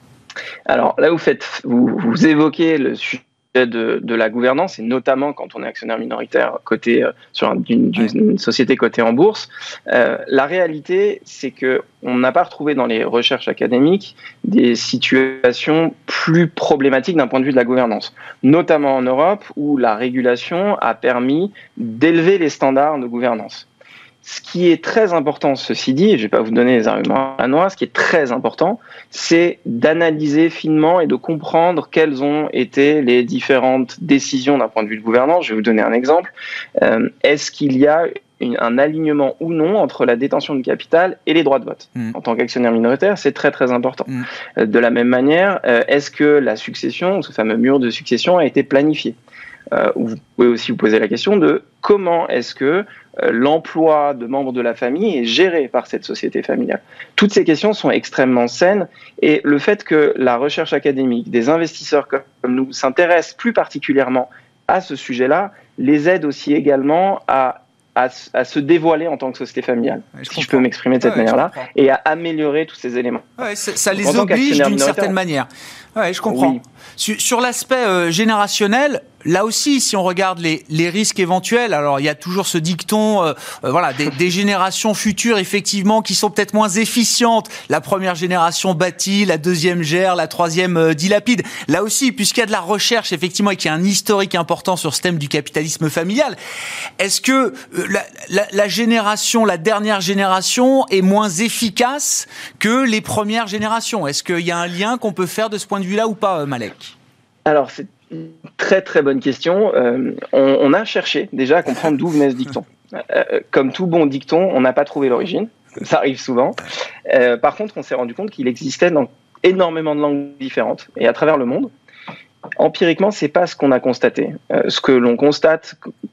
Alors là, vous, faites, vous, vous évoquez le sujet de, de la gouvernance, et notamment quand on est actionnaire minoritaire coté euh, sur un, d'une, d'une société cotée en bourse. Euh, la réalité, c'est qu'on n'a pas retrouvé dans les recherches académiques des situations plus problématiques d'un point de vue de la gouvernance, notamment en Europe où la régulation a permis d'élever les standards de gouvernance. Ce qui est très important, ceci dit, et je ne vais pas vous donner les arguments à la noix, ce qui est très important, c'est d'analyser finement et de comprendre quelles ont été les différentes décisions d'un point de vue de gouvernance. Je vais vous donner un exemple. Euh, est-ce qu'il y a une, un alignement ou non entre la détention du capital et les droits de vote? Mmh. En tant qu'actionnaire minoritaire, c'est très très important. Mmh. Euh, de la même manière, euh, est-ce que la succession, ce fameux mur de succession, a été planifié? Euh, vous pouvez aussi vous poser la question de comment est-ce que euh, l'emploi de membres de la famille est géré par cette société familiale. Toutes ces questions sont extrêmement saines, et le fait que la recherche académique, des investisseurs comme nous s'intéressent plus particulièrement à ce sujet-là, les aide aussi également à À, à se dévoiler en tant que société familiale, ouais, si je peux m'exprimer de cette ouais, manière-là, et à améliorer tous ces éléments. Ouais, ça, ça les oblige d'une certaine manière. Ouais, je comprends. Oui. Sur, sur l'aspect euh, générationnel, là aussi, si on regarde les, les risques éventuels, alors il y a toujours ce dicton, euh, euh, voilà, des, des générations futures, effectivement, qui sont peut-être moins efficientes. La première génération bâtit, la deuxième gère, la troisième euh, dilapide. Là aussi, puisqu'il y a de la recherche, effectivement, et qu'il y a un historique important sur ce thème du capitalisme familial, est-ce que euh, la, la, la génération, la dernière génération est moins efficace que les premières générations? Est-ce qu'il y a un lien qu'on peut faire de ce point de vue-là ou pas, Malek? Alors, c'est une très très bonne question. Euh, on, on a cherché déjà à comprendre d'où venait ce dicton. Euh, comme tout bon dicton, on n'a pas trouvé l'origine. Ça arrive souvent. Euh, par contre, on s'est rendu compte qu'il existait dans énormément de langues différentes et à travers le monde. Empiriquement, c'est pas ce qu'on a constaté. Euh, ce que l'on constate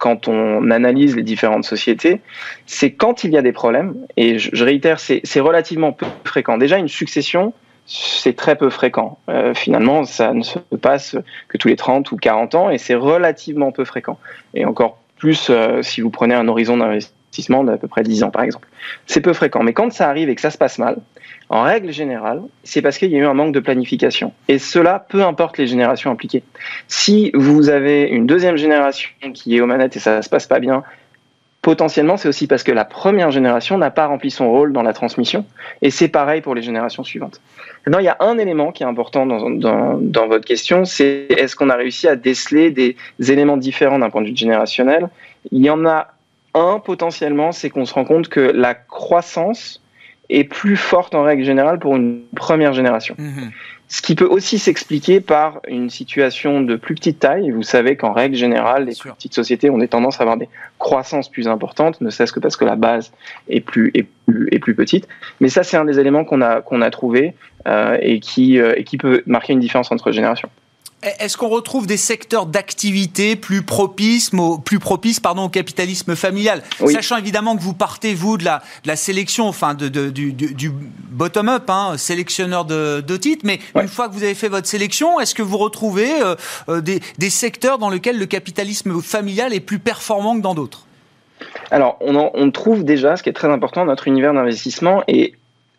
quand on analyse les différentes sociétés, c'est quand il y a des problèmes, et je, je réitère, c'est, c'est relativement peu fréquent. Déjà, une succession, c'est très peu fréquent. Euh, finalement, ça ne se passe que tous les trente ou quarante ans, et c'est relativement peu fréquent. Et encore plus euh, si vous prenez un horizon d'investissement d'à peu près dix ans, par exemple. C'est peu fréquent. Mais quand ça arrive et que ça se passe mal, en règle générale, c'est parce qu'il y a eu un manque de planification. Et cela, peu importe les générations impliquées. Si vous avez une deuxième génération qui est aux manettes et ça ne se passe pas bien, potentiellement, c'est aussi parce que la première génération n'a pas rempli son rôle dans la transmission. Et c'est pareil pour les générations suivantes. Maintenant, il y a un élément qui est important dans, dans, dans votre question, c'est est-ce qu'on a réussi à déceler des éléments différents d'un point de vue générationnel ? Il y en a un potentiellement, c'est qu'on se rend compte que la croissance est plus forte en règle générale pour une première génération. Mmh. Ce qui peut aussi s'expliquer par une situation de plus petite taille. Vous savez qu'en règle générale, les plus petites sociétés ont des tendances à avoir des croissances plus importantes, ne serait-ce que parce que la base est plus, est plus, est plus petite. Mais ça, c'est un des éléments qu'on a, qu'on a trouvé euh, et, qui, euh, et qui peut marquer une différence entre générations. Est-ce qu'on retrouve des secteurs d'activité plus propices, au, plus propices pardon, au capitalisme familial ? Oui. Sachant évidemment que vous partez, vous, de la, de la sélection, enfin de, de, du, du, du bottom-up, hein, sélectionneur de, de titres, mais ouais. Une fois que vous avez fait votre sélection, est-ce que vous retrouvez euh, des, des secteurs dans lesquels le capitalisme familial est plus performant que dans d'autres ? Alors, on, en, on trouve déjà, ce qui est très important, notre univers d'investissement est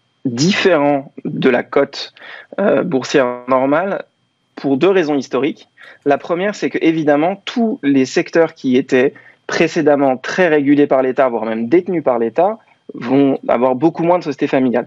différent de la cote euh, boursière normale, pour deux raisons historiques. La première, c'est que évidemment tous les secteurs qui étaient précédemment très régulés par l'État, voire même détenus par l'État, vont avoir beaucoup moins de sociétés familiales.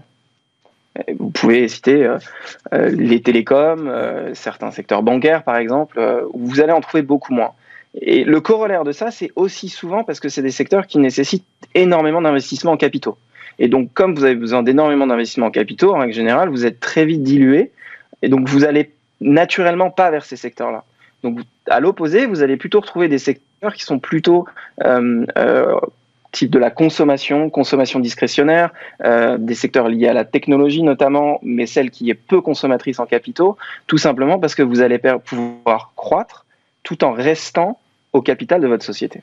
Vous pouvez citer euh, euh, les télécoms, euh, certains secteurs bancaires par exemple, euh, où vous allez en trouver beaucoup moins. Et le corollaire de ça, c'est aussi souvent parce que c'est des secteurs qui nécessitent énormément d'investissements en capitaux. Et donc, comme vous avez besoin d'énormément d'investissements en capitaux, en règle générale, vous êtes très vite dilué, et donc vous allez naturellement pas vers ces secteurs-là. Donc, à l'opposé, vous allez plutôt retrouver des secteurs qui sont plutôt euh, euh, type de la consommation, consommation discrétionnaire, euh, des secteurs liés à la technologie notamment, mais celle qui est peu consommatrice en capitaux, tout simplement parce que vous allez pouvoir croître tout en restant au capital de votre société.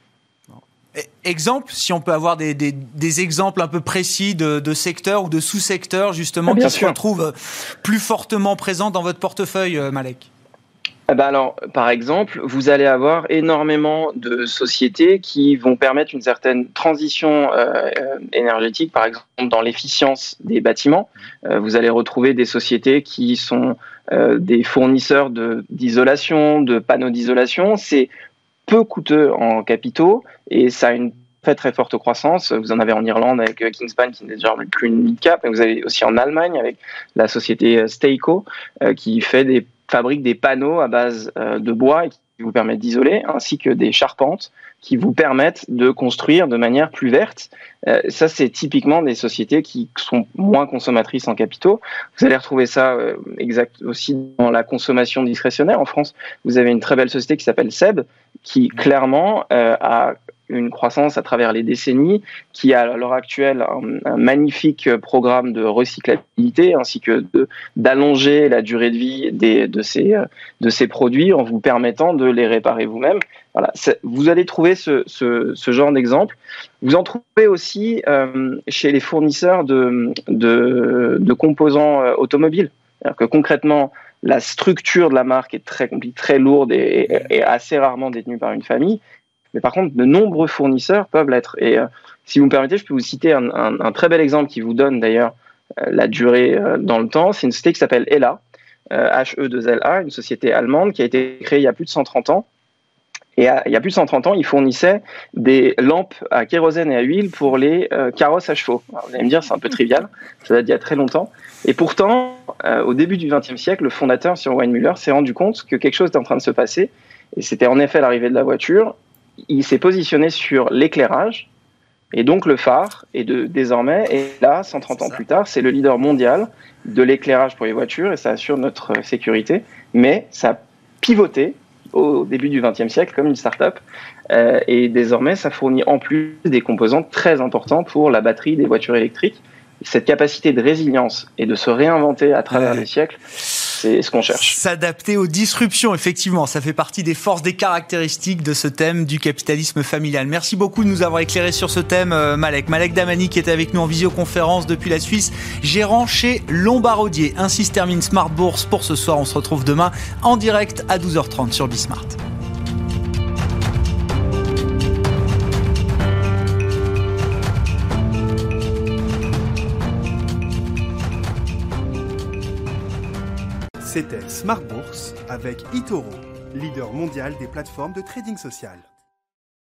Exemple, si on peut avoir des, des, des exemples un peu précis de, de secteurs ou de sous-secteurs justement ah, qui sûr. se retrouvent plus fortement présents dans votre portefeuille, Malek. Eh ben alors, par exemple, vous allez avoir énormément de sociétés qui vont permettre une certaine transition euh, énergétique, par exemple dans l'efficience des bâtiments. Euh, vous allez retrouver des sociétés qui sont euh, des fournisseurs de, d'isolation, de panneaux d'isolation. C'est peu coûteux en capitaux et ça a une très très forte croissance. Vous en avez en Irlande avec Kingspan qui n'est déjà plus une mid-cap, et vous avez aussi en Allemagne avec la société Steico euh, qui fait des, fabrique des panneaux à base euh, de bois et qui vous permettent d'isoler, ainsi que des charpentes qui vous permettent de construire de manière plus verte. Euh, ça, c'est typiquement des sociétés qui sont moins consommatrices en capitaux. Vous allez retrouver ça euh, exact aussi dans la consommation discrétionnaire. En France, vous avez une très belle société qui s'appelle Seb, qui clairement euh, a une croissance à travers les décennies, qui a à l'heure actuelle un, un magnifique programme de recyclabilité, ainsi que de, d'allonger la durée de vie des, de, ces, de ces produits en vous permettant de les réparer vous-même. Voilà, vous allez trouver ce, ce, ce genre d'exemple. Vous en trouvez aussi euh, chez les fournisseurs de, de, de composants euh, automobiles. C'est-à-dire que concrètement, la structure de la marque est très compliquée, très lourde et, et, et assez rarement détenue par une famille. Mais par contre, de nombreux fournisseurs peuvent l'être. Et euh, si vous me permettez, je peux vous citer un, un, un très bel exemple qui vous donne d'ailleurs euh, la durée euh, dans le temps. C'est une société qui s'appelle Hella, euh, H E deux L A, une société allemande qui a été créée il y a plus de cent trente ans. Et à, il y a plus de cent trente ans, ils fournissaient des lampes à kérosène et à huile pour les euh, carrosses à chevaux. Alors, vous allez me dire, c'est un peu trivial, ça date d'il y a très longtemps. Et pourtant, euh, au début du vingtième siècle, le fondateur, Sir Weinmüller, s'est rendu compte que quelque chose était en train de se passer. Et c'était en effet l'arrivée de la voiture. Il s'est positionné sur l'éclairage et donc le phare. Et de, désormais, et là, cent trente ans plus tard, c'est le leader mondial de l'éclairage pour les voitures et ça assure notre sécurité. Mais ça a pivoté au début du vingtième siècle comme une start-up. Euh, et désormais, ça fournit en plus des composants très importants pour la batterie des voitures électriques. Cette capacité de résilience et de se réinventer à travers ouais. les siècles, c'est ce qu'on cherche. S'adapter aux disruptions, effectivement, ça fait partie des forces, des caractéristiques de ce thème du capitalisme familial. Merci beaucoup de nous avoir éclairé sur ce thème, Malek. Malek Damani qui est avec nous en visioconférence depuis la Suisse, gérant chez Lombardier. Ainsi se termine Smart Bourse pour ce soir. On se retrouve demain en direct à douze heures trente sur Bismart. C'était Smart Bourse avec eToro, leader mondial des plateformes de trading social.